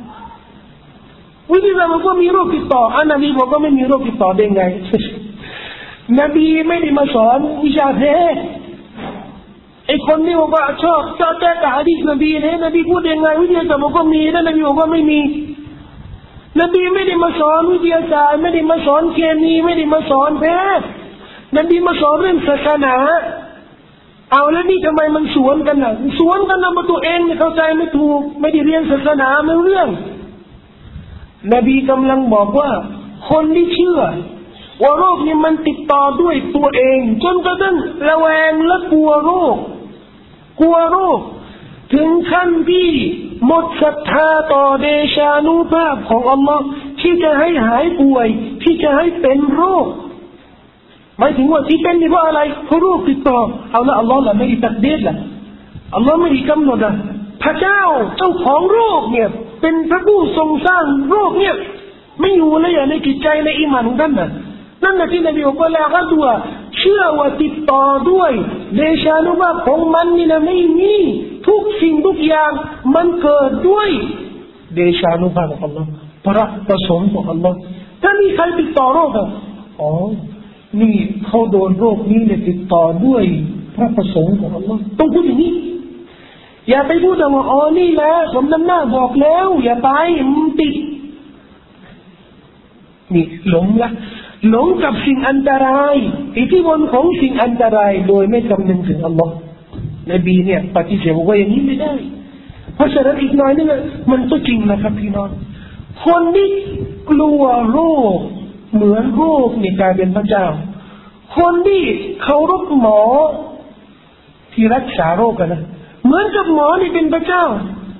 วิธีการบอกว่ามีโรคติดต่ออันนบีบอกว่าไม่มีโรคติดต่อได้ไงนบีไม่ได้มาสอนวิชาแพทย์ไอ้คนที่บอกว่าชอบชอบแต่หะดีษนบีเนี่ยนบีพูดยังไงวิทยาศาสตร์บอกว่ามีแล้วนบีบอกว่าไม่มีนบีไม่ได้มาสอนวิทยาศาสตร์ไม่ได้มาสอนเคมีไม่ได้มาสอนแพทย์นบีมาสอนเรื่องศาสนาเอาแล้วนี่ทำไมมันสวนกันน่ะสวนกันนะมาตัวเองไม่เข้าใจไม่ถูกไม่ได้เรียนศาสนาไม่รู้เรื่องนบีกำลังบอกว่าคนที่เชื่อว่าโรคนี้มันติดต่อด้วยตัวเองจนกระทั่งระแวงและกลัวโรคกลัวโรคถึงขั้นที่หมดศรัทธาต่อเดชานุภาพของอัลลอฮ์ที่จะให้หายป่วยที่จะให้เป็นโรคหมายถึงว่าที่เป็นนี่เพราะอะไรเพราะโรคติดต่อเอาละอัลลอฮ์ละไม่ได้ตัดเด็ดละอัลลอฮ์ไม่ได้กำหนดละพระเจ้าเจ้าของโรคเนี่ยเป็นพระผู้ทรงสร้างโรคเนี่ยไม่อยู่เลยในจิตใจในอิมานของท่านน่ะนั่นแหละที่นบีบอกว่าแล้วก็ตัวเชื่อว่าติดต่อด้วยเดชานุภาพของมันนี่นะไม่มีทุกสิ่งทุกอย่างมันเกิดด้วยเดชานุภาพของอัลลอฮ์พระประสงค์ของอัลลอฮ์ถ้ามีใครติดต่อโรคอ่ะอ๋อนี่เขาโดนโรคนี้เนี่ยติดต่อด้วยพระประสงค์ของอัลลอฮ์ต้องพูดอย่างนี้อย่าไปพูดว่าอ๋อนี่แหละสมน้ำหน้าบอกแล้วอย่าไปมันติดนี่หลงละหลงกับสิ่งอันตรายอิทธิพลของสิ่งอันตรายโดยไม่คำนึงถึงอัลลอฮ์นบีเนี่ยปฏิเสธว่าอย่างนี้ไม่ได้เพราะฉะนั้นอีกหน่อยนึงมันก็จริงนะครับพี่น้องคนที่กลัวโรคเหมือนโรคในการเป็นพระเจ้าคนที่เคารพหมอที่รักษาโรคกันนะเหมือนกับหมอนี่เป็นพระเจ้า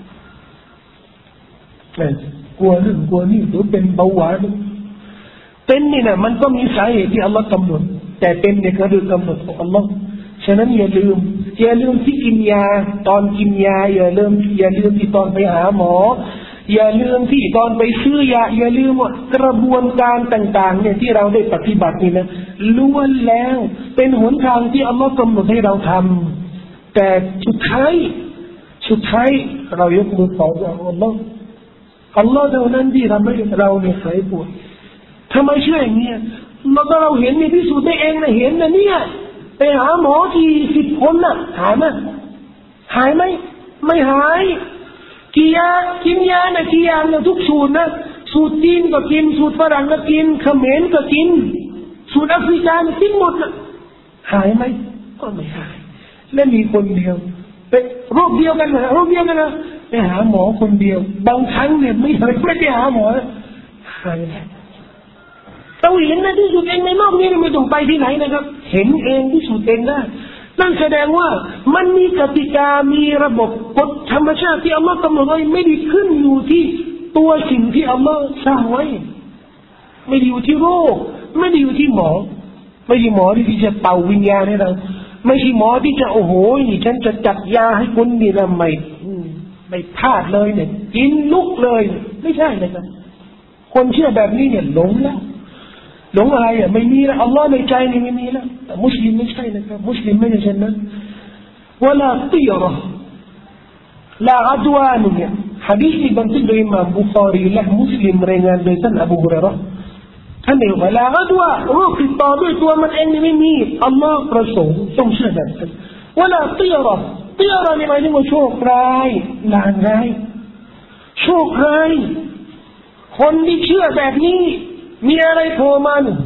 เนี่ยกลัวเรื่องกลัวนี่หรือเป็นเบาหวานเป็นนี่นะมันก็มีสาเหตุที่อัลลอฮ์กำหนดแต่เป็นเนี่ยก็คือกำหนดของอัลลอฮ์ฉะนั้นอย่าลืมอย่าลืมที่กินยาตอนกินยาอย่าลืมอย่าลืมที่ตอนไปหาหมออย่าลืมที่ตอนไปซื้อยาอย่าลืมว่ากระบวนการต่างๆเนี่ยที่เราได้ปฏิบัตินี่นะล้วนแล้วเป็นหนทางที่อัลลอฮ์กำหนดให้เราทำแต่สุดท้ายสุดท้ายเรายกมือขอจากอัลลอฮ์อัลลอฮ์เท่านั้นที่ทำให้เราเนี่ยหายป่วยทำไมเชื่ออย่างนี้เราก็เราเห็นในพิสูจน์ได้เองนะเห็นนะเนี่ยไปหาหมอที่สิบคนน่ะหายไหมหายไหมไม่หายกี่ยากินยานะกี่อย่างนะทุกสูตรนะสูตรจีนก็กินสูตรฝรั่งก็กินเขมรก็กินสูตรแอฟริกากินหมดนะหายไหมก็ไม่หายและมีคนเดียวเป็นโรคเดียวกันนะโรคเดียวกันนะไปหาหมอคนเดียวบางครั้งเนี่ยไม่หายไม่ไปหาหมอหายเราเห็นนะที่สุดเองในโลกนี้ไม่ต้องไปที่ไหนนะครับเห็นเองที่สุดเองได้นั่นแสดงว่ามันมีกติกามีระบบกฎธรรมชาติที่อัลลอฮ์กำหนดไว้ไม่ได้ขึ้นอยู่ที่ตัวสิ่งที่อัลลอฮ์สร้างไว้ไม่ได้อยู่ที่โรคไม่ได้อยู่ที่หมอไม่ใช่หมอที่จะเป่าวิญญาณให้เราไม่ใช่หมอที่จะโอ้โหนี่ฉันจะจัดยาให้คุณนี่นะไม่ไม่พลาดเลยเนี่ยกินลุกเลยไม่ใช่เลยครับคนเชื่อแบบนี้เนี่ยหลงแล้วหลงอะไรอ่ะไม่มีแล้วอัลลอฮ์ในใจนี่ไม่มีแล้วแต่มุสลิมไม่ใช่นะครับมุสลิมไม่ใช่เช่นนั้นวะลาตีรอลาอัดวานเนี่ยหะดีษที่บันทึกโดยอิหม่ามบุคอรีและมุสลิมรายงานโดยท่านอบูฮุรอยเราะห์ท่านเอ่ยว่าลาอัดวาโรคติดต่อด้วยตัวมันเองนี่ไม่มีอัลลอฮ์ประสงค์ต้องเชื่อแบบนั้นวะลาตีรอตีรอนี่หมายถึงว่าโชคร้ายลางร้ายโชคร้ายคนที่เชื่อแบบนี้มีอะไรโผล่มาหนึ่ง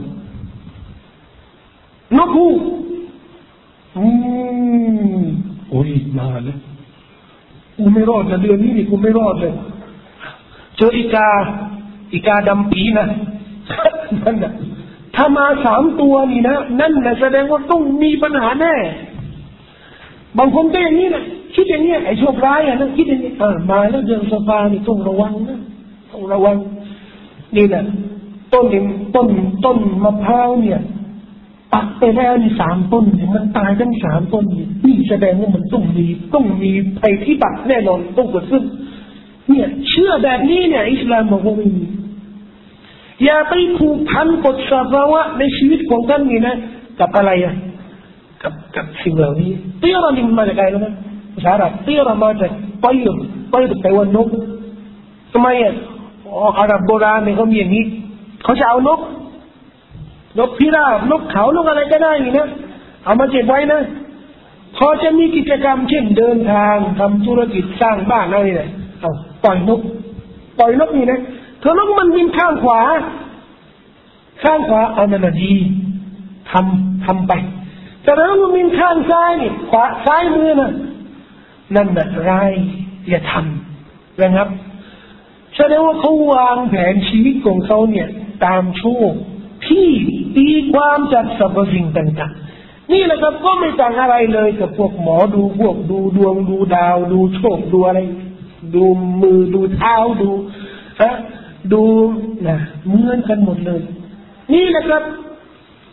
นกฮูกอืมโอ้ยมาแล้วกูไม่รอดนะเดือนนี้นี่กูไม่รอดเลยเจออีกาอีกาดำปีนะนั่นน่ะถ้ามาสามตัวนี่นะนั่นน่ะแสดงว่าต้องมีปัญหาแน่บางคนก็อย่างนี้นะคิดอย่างนี้ไอ้โชคร้ายอ่ะนะคิดอย่างนี้อ่ามาแล้วเดินสบายนี่ต้องระวังนะต้องระวังนี่แหละต้นต้นต้นมะพร้าวเนี่ยตัดไปแล้วนี่สามต้นเนี่ยมันตายทั้งสามต้นนี่แสดงว่ามันต้องมีต้องมีภัยพิบัติแน่นอนต้องเกิดขึ้นเนี่ยเชื่อแบบนี้เนี่ยอิสลามบอกว่าไม่มีอย่าไปผูกพันกฎสภาวะในชีวิตของท่านนี่นะกับอะไรอ่ะกับกับสิ่งเหล่านี้เตี้ยเรานี่มันมาจากอะไรนะภาษาอาหรับเตี้ยเรามาจากปอยล์ปอยล์แปลว่านกทำไมอ่ะอ๋ออาหรับโบราณเนี่ยเขามีอย่างนี้เขาจะเอานกนกพิราบนกเขานกอะไรก็ได้นี่นะเอามาเก็บไว้นะพอจะมีกิจกรรมเช่นเดินทางทำธุรกิจสร้างบ้านอะไรเนี่ยเอาปล่อยนกปล่อยนกนี่นะเธอนกมันบินข้างขวาข้างขวาเอานั่นดีทำทำไปแต่ถ้ามันบินข้างซ้ายนี่ขวาซ้ายมือน่ะนั่นน่ะร้ายอย่าทำนะครับแสดงว่าเขาวางแผนชีวิตของเขาเนี่ยตามโชคที่ตีความจากสรรพสิ่งต่างๆนี่แหละครับก็ไม่ต่างอะไรเลยกับพวกหมอดูพวกดูดวงดูดาวดูโชคดูอะไรดูมือดูเท้าดูฮะดูนะเหมือนกันหมดเลยนี่แหละครับ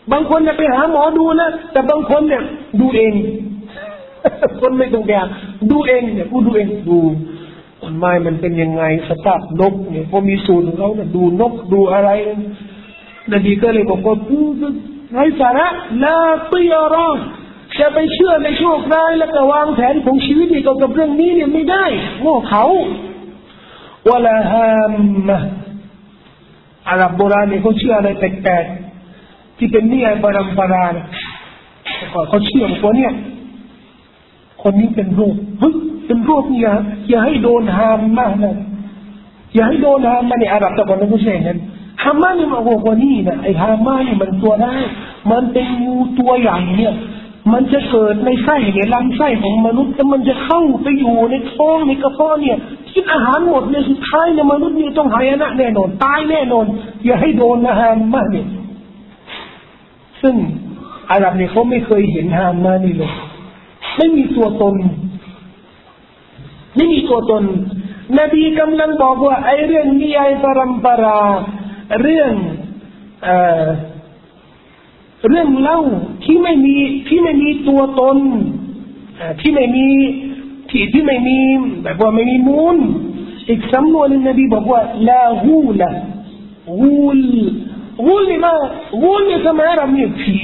บางคนเนี่ยไปหาหมอดูนะแต่บางคนเนี่ยดูเองคนไม่ต้องแก่ดูเองเนี่ยผู้ดูเองดูต้นไม้มันเป็นยังไงสภาพนกเนี่ยพอมีสูตรของเขาเนี่ยดูนกดูอะไรนบีก็เลยบอกว่าผู้ไร้สาระลาติยารอจะไปเชื่อในโชคร้ายแล้วก็วางแผนของชีวิตเกี่ยวกับเรื่องนี้เนี่ยไม่ได้โง่เขาวะลาฮามะอาหรับโบราณเนี่ยเขาเชื่ออะไรแปลกๆที่เป็นนิยายปรำปราเนี่ยเขาเชื่อว่าเนี่ยคนนี้เป็นโรคเฮ้ยเป็นโรคอย่าอย่าให้โดนหามมากนะอย่าให้โดนหามมาในอาหรับแต่ก่อนนั้นก็ใช่งั้นหามมานี่มันโอ้โหนี่นะไอ้หามมานี่มันตัวได้มันเป็นงูตัวใหญ่เนี่ยมันจะเกิดในไส้ในลำไส้ของมนุษย์แล้วมันจะเข้าไปอยู่ในท้องในกระเพาะเนี่ยกินอาหารหมดเนี่ยสุดท้ายเนี่ยมนุษย์นี่ต้องหายนะแน่นอนตายแน่นอนอย่าให้โดนนะหามมาเนี่ยซึ่งอาหรับเนี่ยเขาไม่เคยเห็นหามมานี่เลยไม่มีตัวตนไม่มีตัวตนนบีกำลังบอกว่าไอ้เรื่องนิยายปรำปราเรื่องเอ่อเรื่องเล่าที่ไม่มีที่ไม่มีตัวตนที่ไม่มีที่ที่ไม่มีแบบว่าไม่มีมูลอีกสำนวนนึงนบีบอกว่าลาฮูละฮูลฮูลนี่มาฮูลนี่สมัยเราเนี่ยผี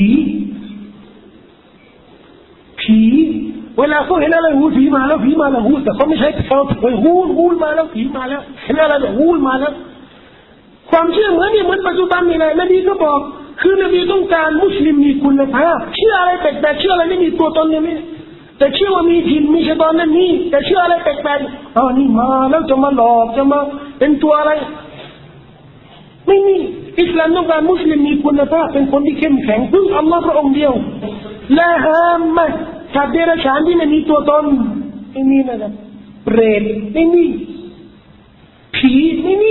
ผีเวลาเขาเห็นอะไรหูผีมาแล้วผีมาแล้วหูแต่เขาไม่ใช่เขาหูหูมาแล้วผีมาแล้วเห็นอะไรแบบหูมาแล้วความเชื่อเหมือนนี่เหมือนปัจจุบันนี่แหละนบีก็บอกคือนบีต้องการมุสลิมมีคุณภาพเชื่ออะไรแปลกๆเชื่ออะไรไม่มีตัวตนเนี่ยไม่แต่เชื่อว่ามีถิ่นมีชะตานั่นนี่แต่เชื่ออะไรแปลกๆอ๋อนี่มาแล้วจะมาหลอกจะมาเป็นตัวอะไรไม่มีอิสลามต้องการมุสลิมมีคุณภาพเป็นคนที่เข้มแข็งพึ่งอัลลอฮ์พระองค์เดียวละฮามมะสัตว์เดรัจฉานที่ไม่มีตัวตนไม่มีนะครับเปรตไม่มีผีไม่มี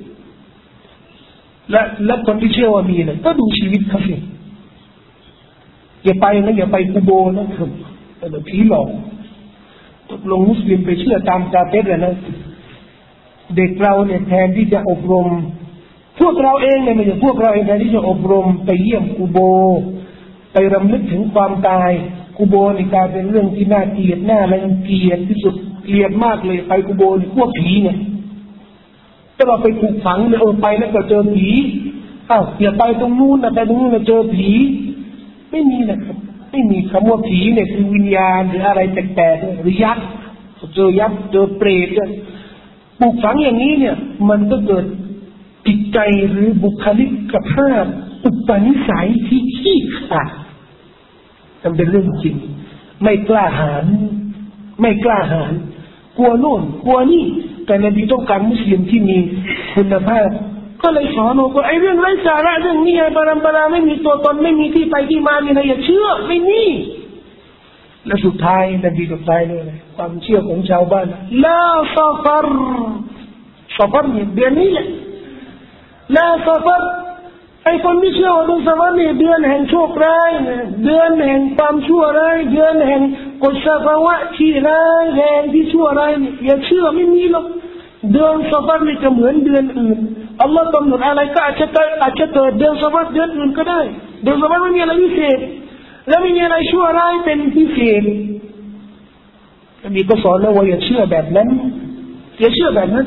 และและคนที่เชื่อว่ามีเนี่ยก็ดูชีวิตเขาสิอย่าไปนะอย่าไปกูโบนะครับแต่ผีหลอกตกลงมุสลิมไปเชื่อตามกาเฟรเลยนะเด็กเราเนี่ยแทนที่จะอบรมพวกเราเองเนี่ยไม่ใช่พวกเราเองแทนที่จะอบรมไปเยี่ยมกูโบไปรำลึกถึงความตายกูโบนี่กลายเป็นเรื่องที่น่าเกลียดน่ารังเกียจที่สุดเกลียดมากเลยไปกูโบนี่พวกผีเนี่ยถ้าเราไปถูกฝังเนี่ยเออไปแล้วก็เจอผีอ้าวอย่าไปตรงนู้นนะไปตรงนู้นนะเจอผีไม่มีนะครับไม่มีคำว่าผีเนี่ยคือวิญญาณหรืออะไรแปลกๆหรือยักษ์เจอยักษ์เจอเปรตเนี่ยปลูกฝังอย่างนี้เนี่ยมันก็เกิดจิตใจหรือบุคลิกภาพอุปนิสัยที่ขี้ขลาดมันเป็นเรื่องจริงไม่กล้าหาญไม่กล้าหาญกลัวโน่นกลัวนี่แต่นบีต้องการมุสลิมที่มีคุณภาพก็เลยสอนว่าไอ้เรื่องไร้สาระเรื่องนี้ไอ้ปรำปราไม่มีตัวตนไม่มีที่ไปที่มาเนี่ยอย่าเชื่อไม่มีและสุดท้ายนบีก็ตายเลยความเชื่อของชาวบ้านลาซาฟัรซาฟัรเนี่ยเดือนนี้แหละลาซาฟัรไอ้คนที่เชื่อว่าเดือนซาฟัรเนี่ยเดือนแห่งโชคร้ายเดือนแห่งความชั่วร้ายเดือนแห่งกฎสภาวะที่ร้ายแรงที่ชั่วร้ายอย่าเชื่อไม่มีหรอกเดือนซาฟัรนี่จะเหมือนเดือนอื่นอัลลอฮ์กำหนดอะไรก็อาจจะเกิดอาจจะเกิดเดือนซาฟัรเดือนอื่นก็ได้เดือนซาฟัรไม่มีอะไรพิเศษและไม่มีอะไรชั่วร้ายเป็นพิเศษมีก็สอนแล้วว่าอย่าเชื่อแบบนั้นอย่าเชื่อแบบนั้น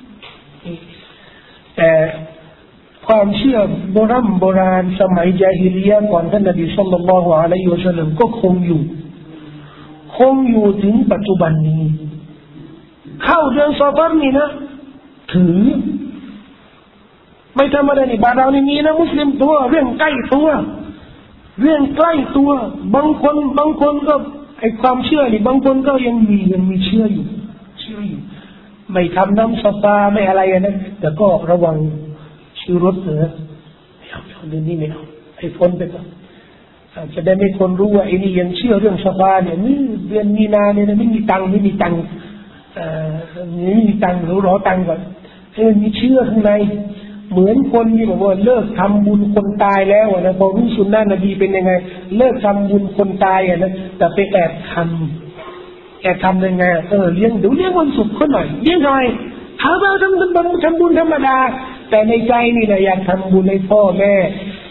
แต่ความเชื่อโบราณโบราณสมัยญาฮิลิยะห์ก่อนท่านนบีศ็อลลัลลอฮุอะลัยฮิวะซัลลัมก็คงอยู่คงอยู่ถึงปัจจุบันนี้เข้าเดือนซาฟัรนี่นะถือไม่ธรรมดานี่บ้านเรานี่มีนะมุสลิมตัวเรื่องใกล้ตัวเรื่องใกล้ตัวบางคนบางคนก็ไอความเชื่อนี่บางคนก็ยังมียังมีเชื่ออยู่เชื่ออยู่ไม่ทำน้ำสปาไม่อะไรนะแต่ก็ระวังชื่อรถเถอะไม่เอาไม่เอาเรื่องนี้ไม่เอาให้พ้นไปก่อนจะได้ไม่คนรู้ว่าไอ้นี่ยังเชื่อเรื่องสปาเนี่ยนี่เดือนมีนาเนี่ยไม่มีตังค์ไม่มีตังค์ไม่มีตังค์หรือรอตังค์ก่อนให้มันมีเชื่อข้างในเหมือนคนที่บอกว่าเลิกทำบุญคนตายแล้วนะพอรู้สุนนะนบีเป็นยังไงเลิกทำบุญคนตายอ่ะนะแต่ไปแอบทำแอบทำยังไงเออเลี้ยงเดี๋ยวเลี้ยงวันศุกร์เขาหน่อยเลี้ยงหน่อยหาว่าทำบุญทำบุญธรรมดาแต่ในใจนี่นะอยากทำบุญให้พ่อแม่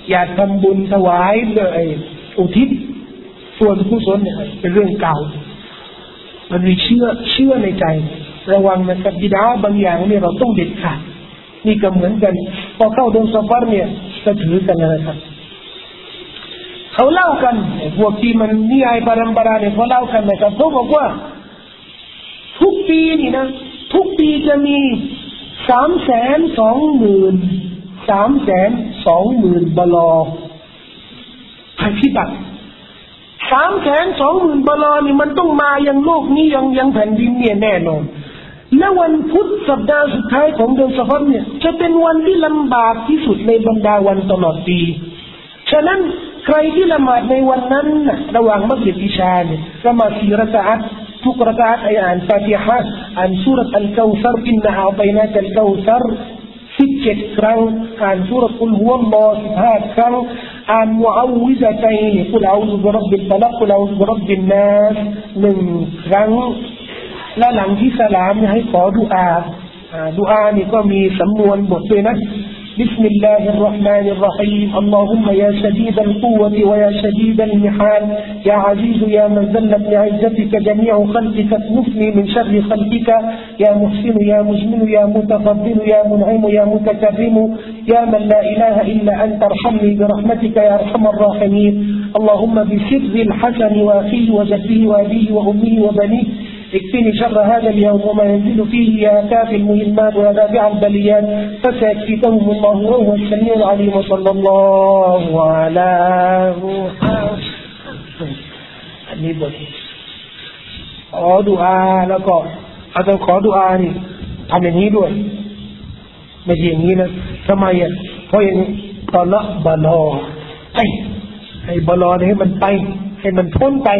อยากทำบุญถวายเลยอุทิศส่วนกุศลเนี่ยเป็นเรื่องเก่ามันมีเชื่อเชื่อในใจระวังนะครับบิดาบางอย่างเนี่ยเราต้องเด็ดขาดนี่ก็เหมือนกันพอเข้าเดือนซอฟาร์เนี่ยก็ถือกันเลยครับเขาเล่ากันพวกที่มันนิยายปรำปราเนี่ยเขาเล่ากันนะครับเขาบอกว่าทุกปีนี่นะทุกปีจะมีสามแสนสองหมื่นสามแสนสองหมื่นบลอภัยพิบัติสามแสนสองหมื่นบลอนี่มันต้องมายังโลกนี้ยังยังแผ่นดินเนี่ยแน่นอนและวันพุธสัปดาห์สุดท้ายของเดือนซอฟาร์เนี่ยจะเป็นวันที่ลำบากที่สุดในบรรดาวันตลอดปีฉะนั้นใครที่ละหมาดในวันนั้นนะระหว่างมักริบอิชาเนี่ยละหมาดสี่เราะกาอะห์ทุกเราะกาอะห์อ่านฟาติฮะห์อ่านซูเราะห์อัลกาวซัรอินนะฮาอัฏอยนากัลกาวซัรสิบเจ็ดครั้งอ่านซูเราะห์กุลฮุวัลลอฮ์สิบห้าครั้งอ่านมุอวิซะตัยน์กุลอะอูซุบิร็อบบิลฟะลักกุลอะอูซุบิร็อบบินนัสหนึ่งครั้งและหลังที่สลามให้ขอดุอาดุอานี่ก็มีสำนวนบทด้วยนะبسم الله الرحمن الرحيم اللهم يا شديد القوة ويا شديد المحال يا عزيز يا من ذلت لعزتك جميع خلقك تنفني من شر خلقك يا محسن يا مجمل يا متفضل يا منعم يا متكرم يا من لا إله إلا أنت ارحمني برحمتك يا أرحم الراحمين اللهم بسر الحسن وأخيه وجده وأبيه وأمه وبنيه اكفني شر هذا اليوم وما ينزل فيه يا كافي المهمات ويا دافع البليات فسيكفيكهم الله وهو السميع العليم وصلى الله على محمد อันนี้บทขอดุอาแล้วก็อาจารย์ขอดุอานี่ทำอย่างนี้ด้วยไม่ใช่อย่างนี้นะทำไมอ่ะเพราะอย่างนี้ตอนละบลอไอ้ให้บลอให้มันไปให้มันพ้นไป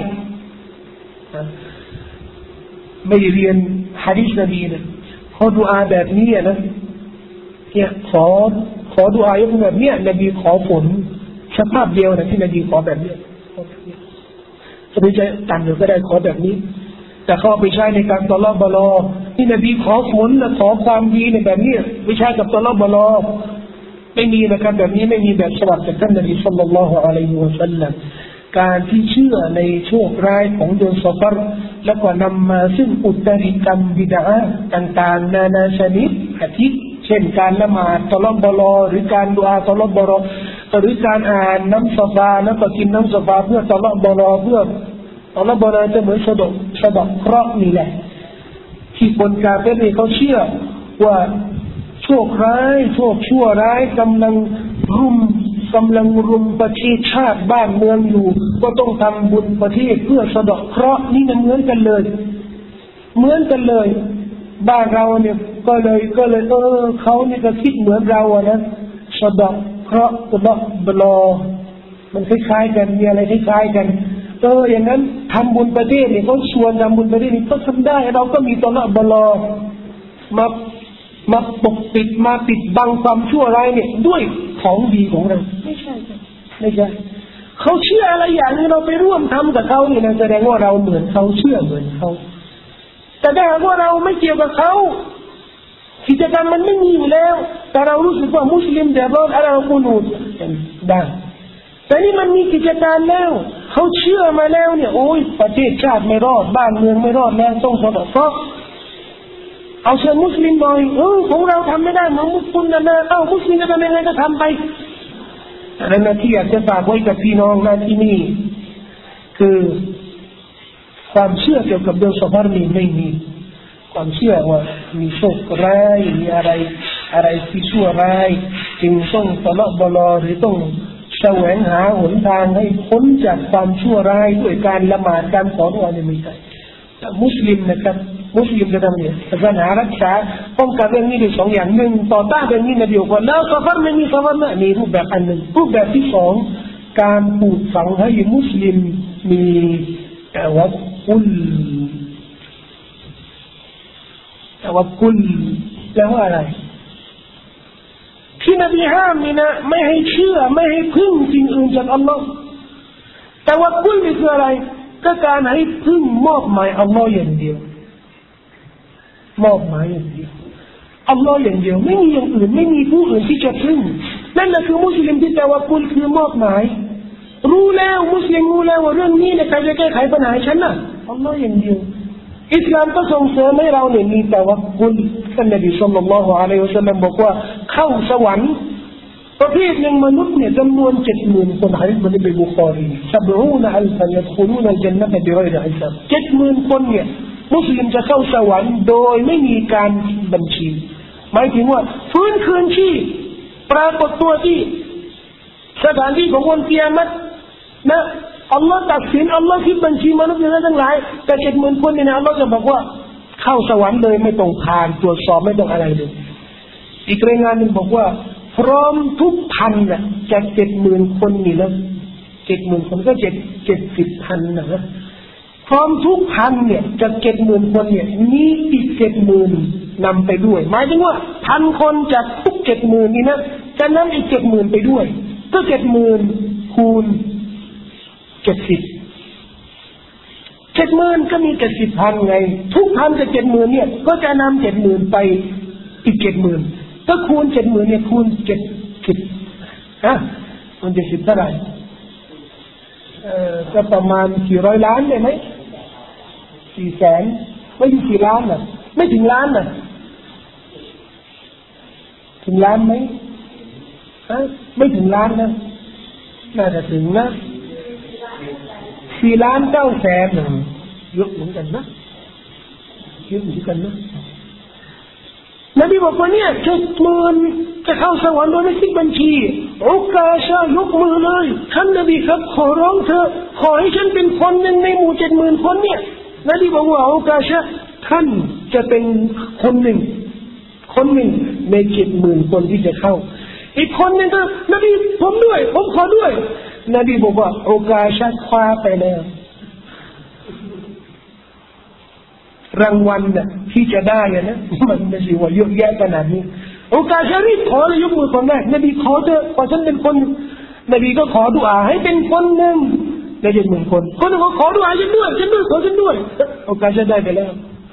ไม่เรียนหะดีษนบีนะขอดุอาแบบนี้นะเนี่ยขอขอดุอายกแบบเนี้ยนบีขอฝนสภาพเดียวนะที่นบีขอแบบนี้จะไม่ใช่ต่างหรือก็ได้ขอแบบนี้แต่เขาไปใช้ในการตอลอบลอที่นบีขอฝนและขอความดีในแบบนี้ไม่ใช่กับตอลอบลอไม่มีนะครับแบบนี้ไม่มีแบบฉบับจากท่านนบีศ็อลลัลลอฮุอะลัยฮิวะซัลลัมการที่เชื่อในโชคร้ายของเดือนซอฟาร์แล้วก็นำมาซึ่งอุตริกรรมบิดาต่างๆนานาชนิดอาทิเช่นการละหมาดตอลอบลอหรือการดุอาตอลอบลอหรือการอ่านน้ำซอฟาแล้วก็กินน้ำซอฟาเพื่อตอลอบลอเพื่อตอลอบลอจะเหมือนสะดอกสะดอกเคราะห์นี่แหละที่คนกาเฟรนี่เขาเชื่อว่าโชคร้ายโชคชั่วร้ายกำลังรุมกำลังรุมประเทศชาติบ้านเมืองอยู่ก็ต้องทำบุญประเทศเพื่อสะเดาะเคราะห์นี่มันเหมือนกันเลยเหมือนกันเลยบ้านเราเนี่ยก็เลยก็เลยเออเขานี่ก็คิดเหมือนเราอะนะสะเดาะเคราะห์สะเดาะบลอมันคล้ายๆกันมีอะไรคล้ายๆกันเอออย่างนั้นทำบุญประเทศเนี่ยเขาชวนทำบุญประเทศนี่ก็ทำได้เราก็มีตอละบลอมามาปกปิดมาปิดบังความชั่วร้ายเนี่ยด้วยของดีของเราไม่ใช่ไม่ใช่เขาเชื่ออะไรอย่างนี้เราไปร่วมทำกับเขานี่นะแสดงว่าเราเหมือนเขาเชื่อเหมือนเขาแต่ถ้าว่าเราไม่เกี่ยวกับเขากิจกรรมมันไม่มีอยู่แล้วแต่เรารู้สึกว่ามุสลิมเดือดร้อนอะไรเราพูดได้แต่นี่มันมีกิจการแล้วเขาเชื่อมาแล้วเนี่ยโอ้ยประเทศชาติไม่รอดบ้านเมืองไม่รอดแล้วต้องสะเดาะเคราะห์เอาเชิญมุสลิมหน่อยเออของเราทำไม่ได้เหมือนมุสลิมนะนะเอ้ามุสลิมจะทำยังไงก็ทำไปอะไรนะที่อยากจะฝากไว้กับพี่น้องนะที่นี่คือความเชื่อเกี่ยวกับเดือนซอฟาร์นี่ไม่มีความเชื่อว่ามีโชคร้ายมีอะไรอะไรที่ชั่วร้ายจึงต้องตะเลาะบลอหรือต้องแสวงหาหนทางให้พ้นจากความชั่วร้ายด้วยการละหมาดการขอดุอาเนี่ยไม่ใช่แต่มุสลิมนะครับมุสลิมจะทำเนี่ยศาสนารักษาป้องกันเรื่องนี้ด้วยสองอย่างหนึ่งต่อต้านเรื่องนี้นะเดียวกันแล้วซอฟาร์ไม่มีซอฟาร์นะมีรูปแบบอันหนึ่งรูปแบบที่สองการปลูกฝังให้มุสลิมมีแต่ว่ากุลแต่ว่ากุลแปลว่าอะไรที่นบีห้ามนี่นะไม่ให้เชื่อไม่ให้พึ่งสิ่งอื่นจากอัลลอฮ์แต่ว่ากุลนี่คืออะไรก็การให้พึ่งมอบหมายอัลลอฮ์อย่างเดียวมอบหมายอย่างเดียวอัลลอฮ์อย่างเดียวไม่มีอย่างอื่นไม่มีผู้อื่นที่จะพึ่งนั่นแหละคือมุสลิมที่ตะวักกุลคือมอบหมายรู้แล้วมุสลิมรู้แล้วว่าเรื่องนี้เนี่ยใครจะแก้ไขปัญหาฉันน่ะอัลลอฮ์อย่างเดียวอิสลามก็ส่งเสริมให้เราเนี่ยมีตะวักกุลท่านนบีศ็อลลัลลอฮุอะลัยฮิวะซัลลัมบอกว่าเข้าสวรรค์ประเภทหนึ่งมนุษย์เนี่ยจำนวนเจ็ดหมื่นคนหะดีษมันเป็นบุคอรีซับอูนอัลฟันยัดคุลูนัลญันนะฮ์บิฆอยริฮิซับเจ็ดหมื่นคนเนี่ยมุสลิมจะเข้าสวรรค์โดยไม่มีการบัญชีหมายถึงว่าฟื้นคืนชีพปรากฏตัวที่สถานที่ของวันกิยามะฮ์นะอัลลอฮ์ตัดสินอัลลอฮ์คิดบัญชีมนุษย์ทั้งหลายแต่เจ็ดหมื่นคนเนี่ยอัลลอฮ์จะบอกว่าเข้าสวรรค์เลยไม่ต้องผ่านตรวจสอบไม่ต้องอะไรเลยอีกรายงานหนึ่งบอกว่าพร้อมทุกพันน่ะจากเจ็ดหมื่นคนนี่นะเจ็ดหมื่นคนก็เจ็ดเจ็ดสิบพันนะพร้อมทุกพันเนี่ยจากเจ็ดหมื่นคนเนี่ยมีอีกเจ็ดหมื่นนำไปด้วยหมายถึงว่าพันคนจากทุกเจ็ดหมื่นนี่นะจะนำอีกเจ็ดหมื่นไปด้วยก็เจ็ดหมื่นคูณเจ็ดสิบเจ็ดหมื่นก็มีเจ็ดสิบพันไงทุกพันจากเจ็ดหมื่นเนี่ยก็จะนำเจ็ดหมื่นไปอีกเจ็ดหมื่นก็คูณเจ็ดหมื่นเนี่ยคูณเจ็ดสิบฮะคูณเจ็ดสิบเท่าไหร่เอ่อก็ประมาณกี่ร้อยล้านได้ไหมสี่แสนไม่ถึงกี่ล้านน่ะไม่ถึงล้านน่ะถึงล้านไหมฮะไม่ถึงล้านนะน่าจะถึงนะสี่ล้านเก้าแสนหนึ่งเยอะเหมือนกันนะเยอะเหมือนกันนะนบีบอกว่าเนี่ยเจ็ดหมื่นจะเข้าสวรรค์โดยไม่คิดบัญชีอุกาชายกมือเลยท่านนบีครับขอร้องเธอขอให้ฉันเป็นคนหนึ่งในหมู่เจ็ดหมื่นคนเนี่ยนบีบอกว่าอุกาชาท่านจะเป็นคนหนึ่งคนหนึ่งในเจ็ดหมื่นคนที่จะเข้าอีกคนหนึ่งก็นบีผมด้วยผมขอด้วยนบีบอกว่าอุกาชาคว้าไปแล้วรางวัลน่ะที่จะได้นะมันไม่ใช่ว่าเยอะแยะขนาดนี้โอกาสรีบขอเลยยกมือคนแรกนบีขอเถอะพอฉันเป็นคนนบีก็ขอดุอาให้เป็นคนหนึ่งในเจ็ดหมื่นคนคนหนึ่งก็ขอดุอาฉันด้วยฉันด้วยขอฉันด้วยโอกาสจะได้ไปแล้ว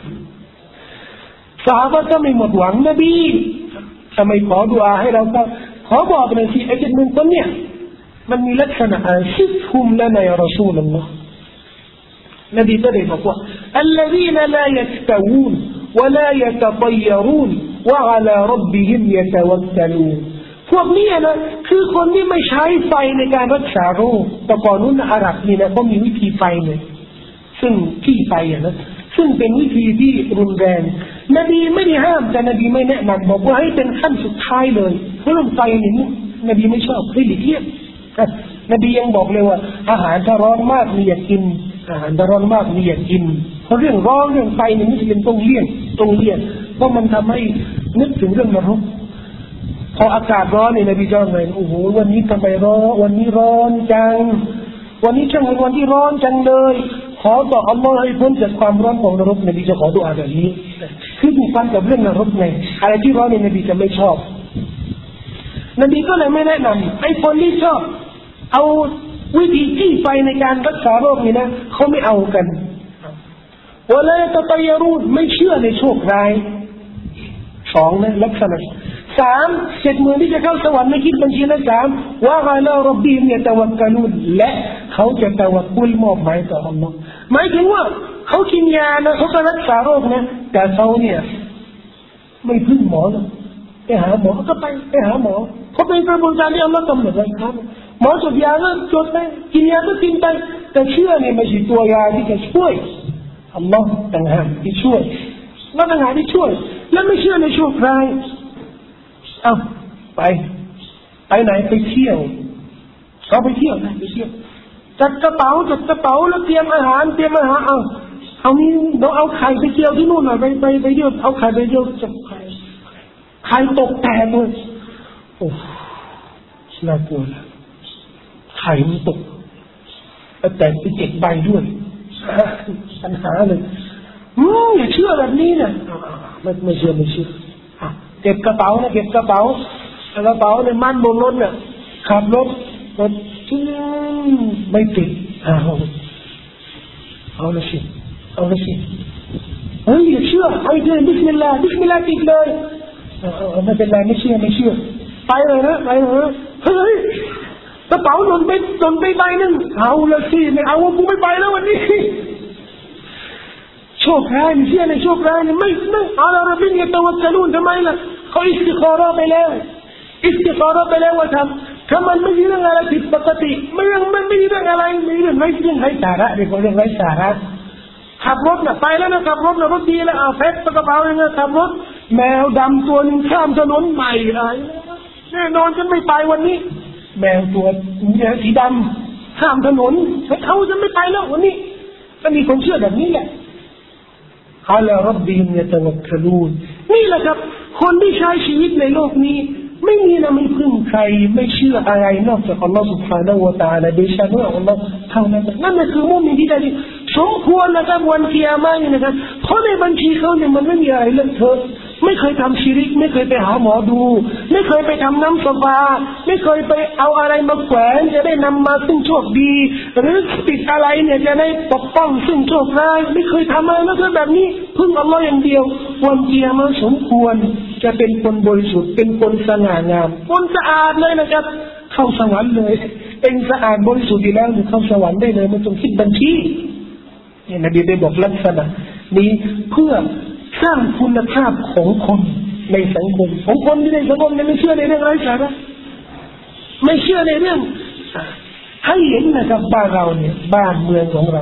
ซอฮาบะห์ก็ไม่หมดหวังนบีทำไมขอดุอาให้เราก็ขอบอกหน่อยสิไอ้เจ็ดหมื่นคนเนี่ยมันมีลักษณะอะไรซิฟุมละนะยารอซูลุลลอฮ์นบีก็ได้บอกว่า الذين لا يستوون ولا يتطيرون وعلى ربهم يتوكلون พวกนี้นะคือคนที่ไม่ใช้ไฟในการรักษาโรคแต่ก่อนนู้นอาหรับนี่นะเขามีวิธีไฟเนี่ยซึ่งที่ไฟอ่ะนะซึ่งเป็นวิธีที่รุนแรงนบีไม่ได้ห้ามแต่นบีไม่แนะนำบอกว่าให้เป็นขั้นสุดท้ายเลยเรื่องไฟนี่นบีไม่ชอบให้หลีกเลี่ยงนบียังบอกเลยว่าอาหารถ้าร้อนมากมีอย่ากินอาหารถ้าร้อนมากมีอย่ากินเพราะเรื่องร้อนเรื่องไฟนี่มุสลิมต้องเลี่ยงต้องเลี่ยงเพราะมันทำให้นึกถึงเรื่องนรกพออากาศร้อนเนี่ยนบีจะว่าไงโอ้โหวันนี้ทำไมร้อนวันนี้ร้อนจังวันนี้ช่างเป็นวันที่ร้อนจังเลยขอต่ออัลลอฮ์ให้พ้นจากความร้อนของนรกนบีจะขอดุอาแบบนี้คือผูกพันกับเรื่องนรกไงอะไรที่ร้อนเนี่ยนบีจะไม่ชอบนบีก็เลยไม่แนะนำไอ้คนที่ชอบเอาวิธีที่ไปในการรักษาโรคนี่นะเขาไม่เอากันวะลาตะตยรูนไม่เชื่อในโชคร้ายสองนะลักษณะสามเจ็ดหมื่นที่จะเข้าสวรรค์ไม่คิดบัญชีนะสามวะอะลาร็อบบิฮิมยะตะวักกะลูนและเขาจะตะวักกุลมอบหมายต่ออัลลอฮ์หมายถึงว่าเขากินยานะเขาก็รักษาโรคนะแต่เขาเนี่ยไม่พึ่งหมอนะไปหาหมอก็ไปไปหาหมอเขาเป็นกระบวนการที่อัลลอฮ์กำหนดไว้ครับหมอจดยาก็จดไปกินยาก็กินไปแต่เชื่อเนี่ยไม่ใช่ตัวยาที่จะช่วยอัลลอฮ์ต่างหากที่ช่วยแล้วต่างหากที่ช่วยแล้วไม่เชื่อในโชคร้ายเอ้าไปไปไหนไปเที่ยวเขาไปเที่ยวนะไปเที่ยวจัดกระเป๋าจัดกระเป๋าแล้วเตรียมอาหารเตรียมอาหารเอาเอานี้เราเอาไข่ไปเที่ยวที่นู่นหน่อยไปไปไปเที่ยวเอาไข่ไปเที่ยวจับไข่ไข่ตกแตกเลยโอ้น่ากลัวนะไข่มันตกแต่ไปเจ็บใบด้วยปัญหาเลยอืมอย่าเชื่อแบบนี้นะไม่ไม่เชื่อไม่เชื่อเก็บกระเป๋านะเก็บกระเป๋ากระเป๋าในมั่นบนรถเนี่ยขับรถรถจึ้งไม่ติดเอาเอาละสิเอาละสิเฮ้ยอย่าเชื่อไอ้เดินบิสมิลลาห์บิสมิลลาห์ติดเลยเอาไม่เป็นไรไม่เชื่อไม่เชื่อไปเลยนะไปเลยเฮ้ยกระเป๋าหล่นไปหล่นไปใบนึงเอาละสิไม่เอาว่ากูไม่ไปแล้ววันนี้โชคร้ายเชื่อในโชคร้ายนี่ไม่ไม่เอาละเราเป็นเงตัวกระลุ่นทำไมล่ะเขาอิสติคอรอไปแล้วอิสติคอรอไปแล้วว่าทำถ้ามันไม่มีเรื่องอะไรผิดปกติไม่เรื่องมันไม่มีเรื่องอะไรไม่เรื่องไร้เรื่องไร้สาระเด็กคนเรื่องไร้สาระขับรถน่ะไปแล้วนะขับรถน่ะรถดีแล้วเอาแพ็คกระเป๋าอย่างเงี้ยขับรถแมวดำตัวนึงข้ามถนนใหม่อะไรแน่นอนฉันไม่ไปวันนี้แมวตัวเนี่ยสีดำข้ามถนนเขาจะไม่ไปแล้ววันนี้ก็มีคนเชื่อแบบนี้แหละอัลลอฮฺรับบีมเนี่ยตะวักลูนนี่แหละครับคนที่ใช้ชีวิตในโลกนี้ไม่มีนะไม่พึ่งใครไม่เชื่ออะไรนอกจากอัลลอฮฺ سبحانه และ تعالى โดยเฉพาะอัลลอฮฺเท่านั้นนั่นแหละคือมุมินที่ได้สมควรนะครับวันกิยามะห์นี่นะครับเพราะในบัญชีเขาเนี่ยมันไม่มีอะไรเลอะเทอะไม่เคยทำชิริกไม่เคยไปหาหมอดูไม่เคยไปทำน้ำสปาไม่เคยไปเอาอะไรมาแขวนจะได้นำมาซึ่งโชคดีหรือติดอะไรเนี่ยจะได้ปกป้องซึ่งโชคร้ายไม่เคยทำอะไรแล้วก็แบบนี้พึ่งอัลลอฮ์อย่างเดียววันกิยามะห์สมควรจะเป็นคนบริสุทธิ์เป็นคนสง่างามคนสะอาดเลยนะครับเข้าสวรรค์เลยเป็นสะอาดบริสุทธิ์ดีแล้วเข้าสวรรค์ได้เลยไม่ต้องคิดบัญชีเนี่ยนบีได้บอกลักษณะนี้เพื่อสร้างคุณภาพของคนในสังคมของคนที่ในสังคมไม่เชื่อในเรื่องไร้สาระไม่เชื่อในเรื่องให้เห็นนะครับบ้านเราเนี่ยบ้านเมืองของเรา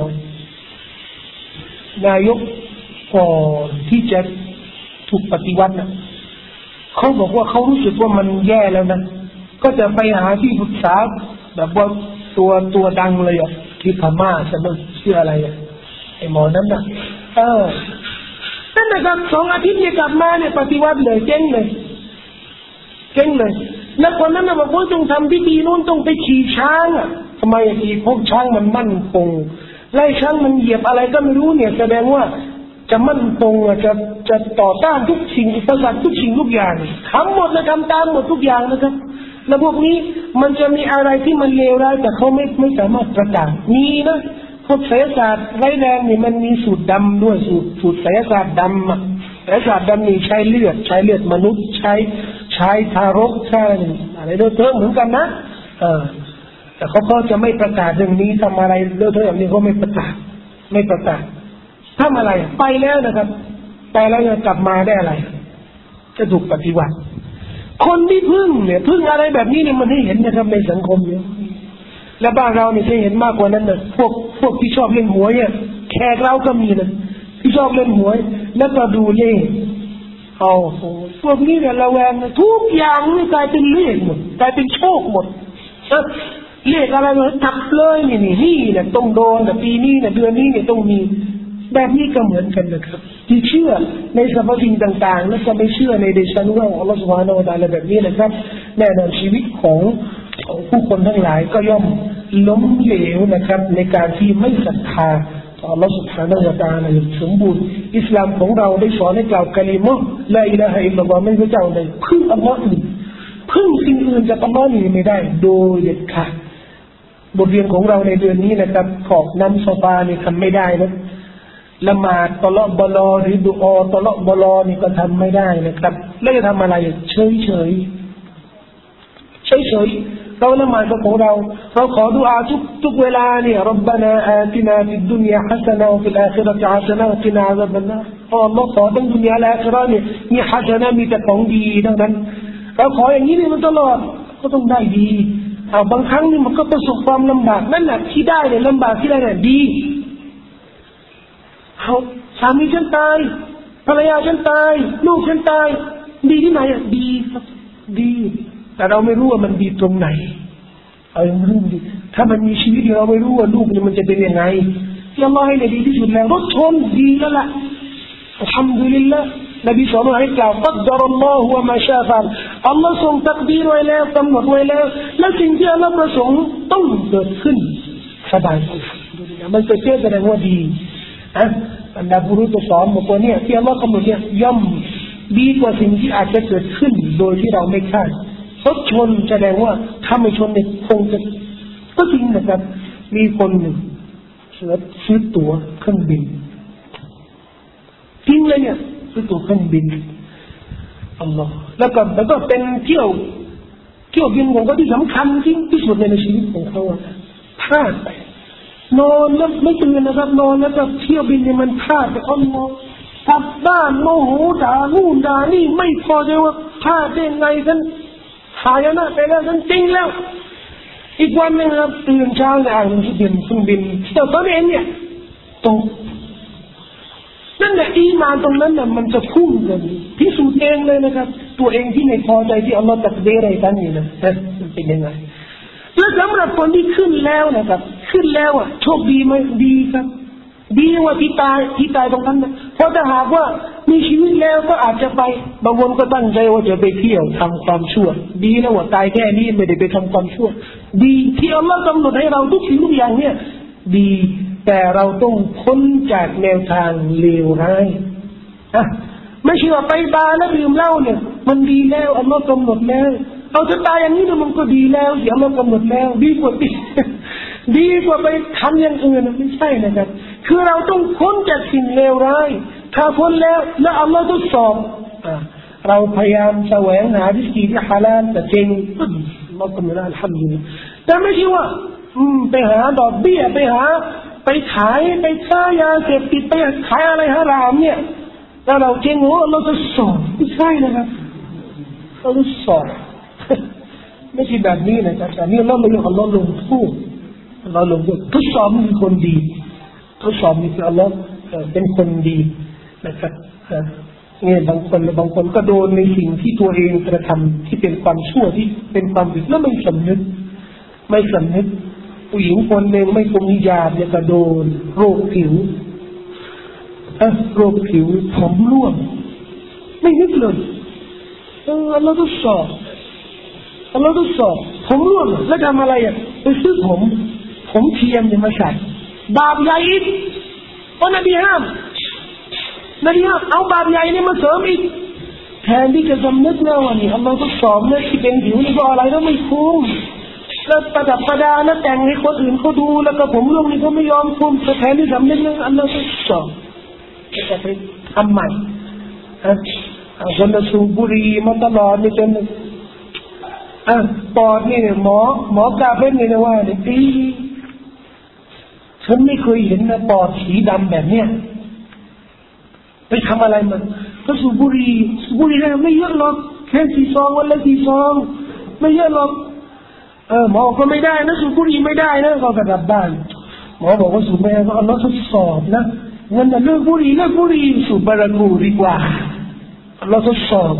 นายกก่อนที่จะถูกปฏิวัตินะเขาบอกว่าเขารู้สึกว่ามันแย่แล้วนะก็จะไปหาที่ปรึกษาแบบว่าตัวตัวดังเลยอ่ะที่พม่าใช่ไหมชื่ออะไรอ่ะไอ้หมอนั้นน่ะเออนั่นนะครับสองอาทิตย์เนี่ยกลับมาเนี่ยปฏิวัติเลยเจ๊งเลยเจ๊งเลยแล้วคนนั้นน่ะบอกว่าต้องทำพิธีนู้นต้องไปขี่ช้างอ่ะทำไมขี่พวกช้างมันมั่นคงไล่ช้างมันเหยียบอะไรก็ไม่รู้เนี่ยแสดงว่าจะมั่นคงจะจะต่อต้านทุกสิ่งอุปสรรคทุกสิ่งทุกอย่างทำหมดนะทำตามหมดทุกอย่างนะครับแล้วพวกนี้มันจะมีอะไรที่มันเลวร้ายแต่เขาไม่ไม่สามารถประกาศมีนะพวกไสยศาสตร์ไร้แรงนี่มันมีสูตรดำด้วยสูตรสูตรไสยศาสตร์ดำอ่ะไสยศาสตร์ดำนี่ใช้เลือดใช้เลือดมนุษย์ใช้ใช้ทารกใช้อะไรเลอะเทอะเหมือนกันนะเออแต่เขาก็จะไม่ประกาศเรื่องนี้ทำอะไรเลอะเทอะแบบนี้เขาไม่ประกาศไม่ประกาศทำอะไรไปแล้วนะครับไปแล้วจะกลับมาได้อะไรจะถูกปฏิวัติคนที่พึ่งเนี่ยพึ่งอะไรแบบนี้เนี่ยมันให้เห็นนะครับในสังคมเนี่ยและบ้านเราเนี่ยจะเห็นมากกว่านั้นนะพวกพวกที่ชอบเล่นหวยเนี่ยแขกเราก็มีนะที่ชอบเล่นหวยแล้วก็ดูเลขเอาพวกนี้เนี่ยระแวงทุกอย่างนี่กลายเป็นเลขหมดกลายเป็นโชคหมดเลขอะไรเลยทับเลยนี่นี่นี่เนี่ยต้องโดนแต่ปีนี้เนี่ยเดือนนี้เนี่ยต้องมีแบบนี้ก็เหมือนกันนะครับที่เชื่อในสรรพสิ่งต่างๆและจะไม่เชื่อในเดชานุภาพของอัลลอฮฺซุบฮานะฮูวะตะอาลาแบบนี้นะครับแน่นอนชีวิตของของผู้คนทั้งหลายก็ย่อมล้มเหลวนะครับในการที่ไม่ศรัทธาต่ออัลลอฮฺซุบฮานะฮูวะตะอาลาอย่างสมบูรณ์อิสลามของเราได้สอนให้กล่าวกะลิมะห์ลาอิลาฮะอิลลัลลอฮ์ไม่พระเจ้าใดพึ่งอัลลอฮ์อื่นพึ่งสิ่งอื่นจากอัลลอฮ์นี่ไม่ได้โดยเด็ดขาดบทเรียนของเราในเดือนนี้นะครับขอบน้ำโซฟานี่ทำไม่ได้นะละหมาดตลอดบลอหรือดุอาตลอดบลอนี่ก็ทำไม่ได้นะครับแล้วจะทำอะไรเฉยเฉยเฉยเฉยเราละหมาดของเราเราขอดุอาทุกทุกเวลาเนี่ยรับบานาอาตินาฟิดดุนยาฮัสนะวะฟิลอาคิเราะติฮัสนะวะกินาอาซาบันนาร์อัลลอฮ์ขอทั้งดุนยาและอาคิเราะห์เนี่ยมีฮัสนะมีแต่ของดีทั้งนั้นเราขออย่างนี้นี่มันตลอดก็ต้องได้ดีเอาบางครั้งนี่มันก็ประสบความลำบากนั่นแหละที่ได้เนี่ยลำบากที่ได้เนี่ยดีเขาสามีฉันตายภรรยาฉันตายลูกฉันตายดีที่ไหนอ่ะดีครับดีแต่เราไม่รู้ว่ามันดีตรงไหนเอาอย่างรู้ดิถ้ามันมีชีวิตเราไม่รู้ว่าลูกมันจะเป็นยังไงที่อัลลอฮ์ให้ดีที่สุดแล้วรถชนดีแล้วล่ะอัลฮัมดุลิลละนบีสอนให้กล่าวกัดดารัลลอฮุวะมาชาฟัลอัลลอฮ์ทรงตักดีรไว้แล้วกำหนดไว้แล้วและสิ่งที่อัลลอฮ์ประสงค์ต้องเกิดขึ้นสบายอัลฮัมดุลิลละมันเป็นเรื่องแสดงว่าดีอะบรรดาผู้รู้ตัวสอนบอกว่าเนี่ยที่อัลลอฮ์กำหนดเนี่ยย่อมดีกว่าสิ่งที่อาจจะเกิดขึ้นโดยที่เราไม่คาดรถชนแสดงว่าถ้าไม่ชนเนี่ยคงจะก็จริงนะครับมีคนหนึ่งซื้อตั๋วเครื่องบินจริงเลยเนี่ยซื้อตั๋วเครื่องบินอัลลอฮ์แล้วก็แล้วก็เป็นเที่ยวเที่ยวบินของเขาที่สำคัญจริงที่สุดในชีวิตของเขาพลาดไปนอนแล้วไม่ตื่นนะครับนอนแล้วแบบเที่ยวบินเนี่ยมันพลาดไปอัลลอฮ์กลับบ้านโมโหด่านู่นด่านี่ไม่พอใจว่าพลาดได้ไงกันหายนะไปแล้วกันจริงแล้วอีกวันนึงครับตื่นเช้าในอ่างที่บินเครื่องบินเที่ยวตอนเองเนี่ยตรงนั่นแหละอีมานตรงนั้นน่ะมันจะพุ่งเลยพิสูจน์เองเลยนะครับตัวเองที่ไม่พอใจที่อัลลอฮฺตักเดรอะไรกันอยู่นะมันเป็นยังไงแล้วสำหรับคนที่ขึ้นแล้วนะครับขึ้นแล้วอ่ะโชคดีไหมดีครับดีกว่าที่ตายที่ตายตรงนั้นนะเพราะถ้าหากว่ามีชีวิตแล้วก็อาจจะไปบางคนก็ตั้งใจว่าจะไปเที่ยวทำความชั่วดีแล้วว่าตายแค่นี้ไม่ได้ไปทำความชั่วดีที่อัลลอฮฺกำหนดให้เราทุกสิ่งทุกอย่างเนี่ยดีแต่เราต้องพ้นจากแนวทางเลวร้ายอ่ะไม่ใช่ว่าไปบาร์แล้วดื่มเหล้าเนี่ยมันดีแล้วอัลลอฮฺกำหนดแล้วเราจะตายอย่างนี้เนี่ยมันก็ดีแล้วเดี๋ยวเรากำหนดแล้วดีกว่าดีดีกว่าไปทำอย่างอื่นไม่ใช่นะครับคือเราต้องพ้นจากสิ่งเลวร้ายถ้าพ้นแล้วแล้วอัลลอฮฺทดสอบเราพยายามแสวงหาวิธีที่ฮาลาลแต่เจงเราก็ไม่ได้ทำอยู่แต่ไม่ใช่ว่าไปหาดอกเบี้ยไปหาไปขายไปค้ายาเสพติดไปขายอะไรฮารามเนี่ยแล้วเราเจงโง่เราจะสอบไม่ใช่นะครับเราจะสอบไม่ใช่แบบนี้นะครับแต่นี่เราไม่ยอมอัลลอฮ์ลงโทษเราลงโทษทดสอบมีคนดีทดสอบมีคืออัลลอฮ์เป็นคนดีนะครับเนี่ยบางคนบางคนก็โดนในสิ่งที่ตัวเองกระทำที่เป็นความชั่วที่เป็นความผิดแล้วไม่สำนึกไม่สำนึกผู้หญิงคนหนึ่งไม่คุมฮิญาบเนี่ยก็โดนโรคผิวเออโรคผิวผมร่วงไม่นึกเลยเออเราต้องสอบเราต้องสอบผมร่วงแล้วทำอะไรอ่ะไปซื้อผมผมเทียมเนี่ยมาใส่บาปใหญ่อีกเพราะนบีห้ามนบีห้ามเอาบาปใหญ่นี่มาเสริมอีกแทนที่จะสำนึกแล้ววันนี้เราต้องสอบเนี่ยที่เป็นผิวนี่ก็อะไรแล้วไม่คุ้มแล้วประดับประดาแล้วแต่งให้คนอื่นเขาดูแล้วก็ผมร่วงนี่เขาไม่ยอมคุมแทนที่สำนึกเนี่ยอัลลอฮฺต้องสอบจะไปทำใหม่คนละสูบบุหรี่มาตลอดนี่จนอ่ะปอดนี่เนี่ยหมอหมอกาเฟ่เนี่ยว่าเนี่ยปีฉันไม่เคยเห็นนะปอดสีดำแบบเนี้ยไปทำอะไรมันก็สูบบุหรี่สูบบุหรี่เนี่ยไม่เยอะหรอกแค่สี่ซองวันละสี่ซองไม่เยอะหรอกเออหมอก็ไม่ได้นะสูบบุหรี่ไม่ได้นะก็กลับบ้านหมอบอกว่าสูบไม่ได้ก็เอาล้อทดสอบนะงั้นแต่เลิกบุหรี่เลิกบุหรี่สูบบารากูดีกว่าเราทดสอบ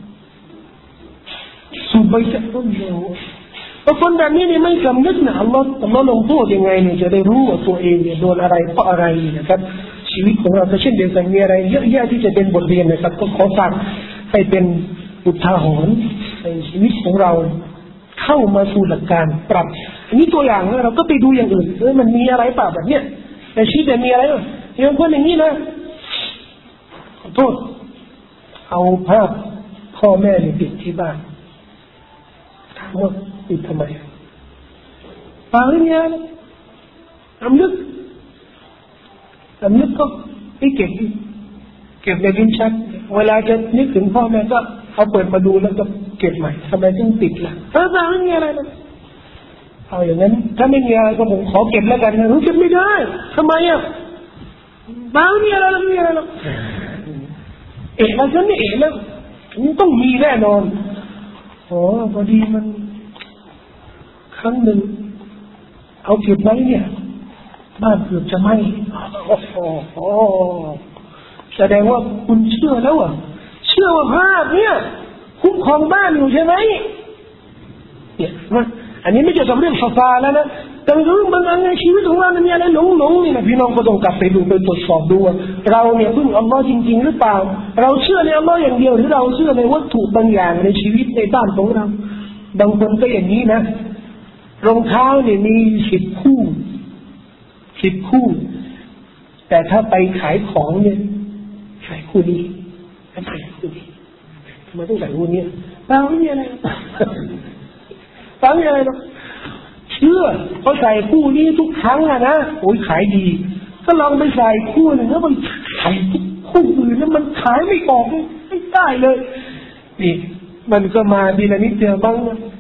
สูบไปจะต้องเร็วเพราะคนแบบนี้เนี่ยไม่สำนึกนะอัลลอฮ์อัลลอฮ์ลงโทษยังไงเนี่ยจะได้รู้ว่าตัวเองเนี่ยโดนอะไรเพราะอะไรนะครับชีวิตของเราก็เช่นเดียวกันมีอะไรเยอะแยะที่จะเป็นบทเรียนนะครับก็ขอฝากให้เป็นอุทาหรณ์ในชีวิตของเราเข้ามาสู่หลักการปรับอันนี้ตัวอย่างเราก็ไปดูอย่างอื่นเออมันมีอะไรเปล่าแบบเนี้ยในชีวิตมีอะไรอย่างคนอย่างนี้นะขอโทษเอาภาพพ่อแม่เนี่ยติดที่บ้านถามว่าติดทำไมฟังเนี่ยสำนึกสำนึกก็ไม่เก็บเก็บในลิ้นชักเวลาจะนึกถึงพ่อแม่ก็เอาเปิดมาดูแล้วก็เก็บใหม่ทำไมถึงติดล่ะเออฟังเนี่ยอะไรนะเอาอย่างนั้นถ้าไม่มีอะไรก็ผมขอเก็บแล้วกันนะรู้สึกไม่ได้ทำไมอ่ะบ้าเนี่ยอะไรไม่มีอะไรหรอกเอ๋แล้วฉันนี่เอ๋แล้วมันต้องมีแน่นอนโอ้พอดีมันครั้งหนึ่งเอาเก็บไว้เนี่ยบ้านเกือบจะไหม้โอ้โหแสดงว่าคุณเชื่อแล้วอ่ะเชื่อว่าภาพเนี่ยคุ้มครองบ้านอยู่ใช่ไหมเนี่ยอันนี้ไม่ใช่กับเรื่องฟาฟาแล้วนะแต่เรื่องบางอันในชีวิตของเราเนี่ยมีอะไรหลงหลงนี่นะพี่น้องก็ต้องกลับไปดูไปตรวจสอบดูว่าเราเนี่ยพึ่งอัลลอฮ์จริงๆหรือเปล่าเราเชื่อในอัลลอฮ์อย่างเดียวหรือเราเชื่อในวัตถุบางอย่างในชีวิตในบ้านของเราบางคนก็อย่างนี้นะรองเท้าเนี่ยมีสิบคู่สิบคู่แต่ถ้าไปขายของเนี่ยขายคู่นี้ขายคู่นี้ทำไมต้องใส่คู่นี้เราไม่มีอะไรฟังอะไรหรอกเชื่อเขาใส่คู่นี้ทุกครั้งอะนะโอ้ยขายดีก็ลองไปใส่คู่หนึ่งแล้วมันขายทุกคู่อื่นแล้วมันขายไม่ออกไม่ได้เลยนี่มันก็มาดีละนิดเดียวบ้างนะ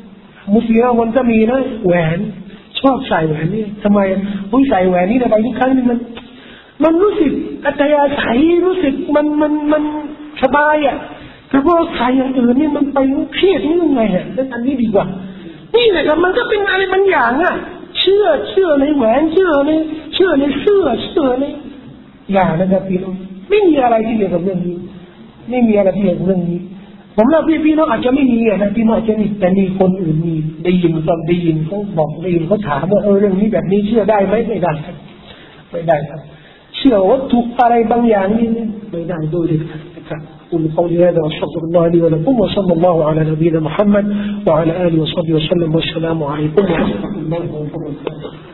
มุสลิมคนก็มีนะแหวนชอบใส่แหวนนี่ทำไมผู้ใส่แหวนนี่นะไปทุกครั้งนี่มันมันรู้สึกอัตยาศัยรู้สึกมันมันมันสบายอ่ะแต่พอใส่อย่างอื่นนี่มันไปเครียดนี่ยังไงฮะเรื่องอันนี้ดีกว่านี่แหละครับมันก็เป็นอะไรบางอย่างอ่ะเชื่อเชื่อในแหวนเชื่อในเชื่อในเสื้อเชื่อในอย่างนะครับพี่น้องไม่มีอะไรที่เกี่ยวกับเรื่องนี้ไม่มีอะไรที่เกี่ยวกับเรื่องนี้ผมเล่าพี่พี่น้องอาจจะไม่มีนะพี่น้องอาจจะมีแต่มีคนอื่นมีได้ยินฟังได้ยินเขาบอกได้ยินเขาถามว่าเออเรื่องนี้แบบนี้เชื่อได้ไหมไม่ได้ครับไม่ได้ครับเชื่อวัตถุอะไรบางอย่างนี่ไม่ได้โดยเด็ดขาดนะครับقل قولي هذا واستغفر الله لي ولكم وصلى الله على نبينا محمد وعلى اله وصحبه وسلم والسلام عليكم ورحمه الله وبركاته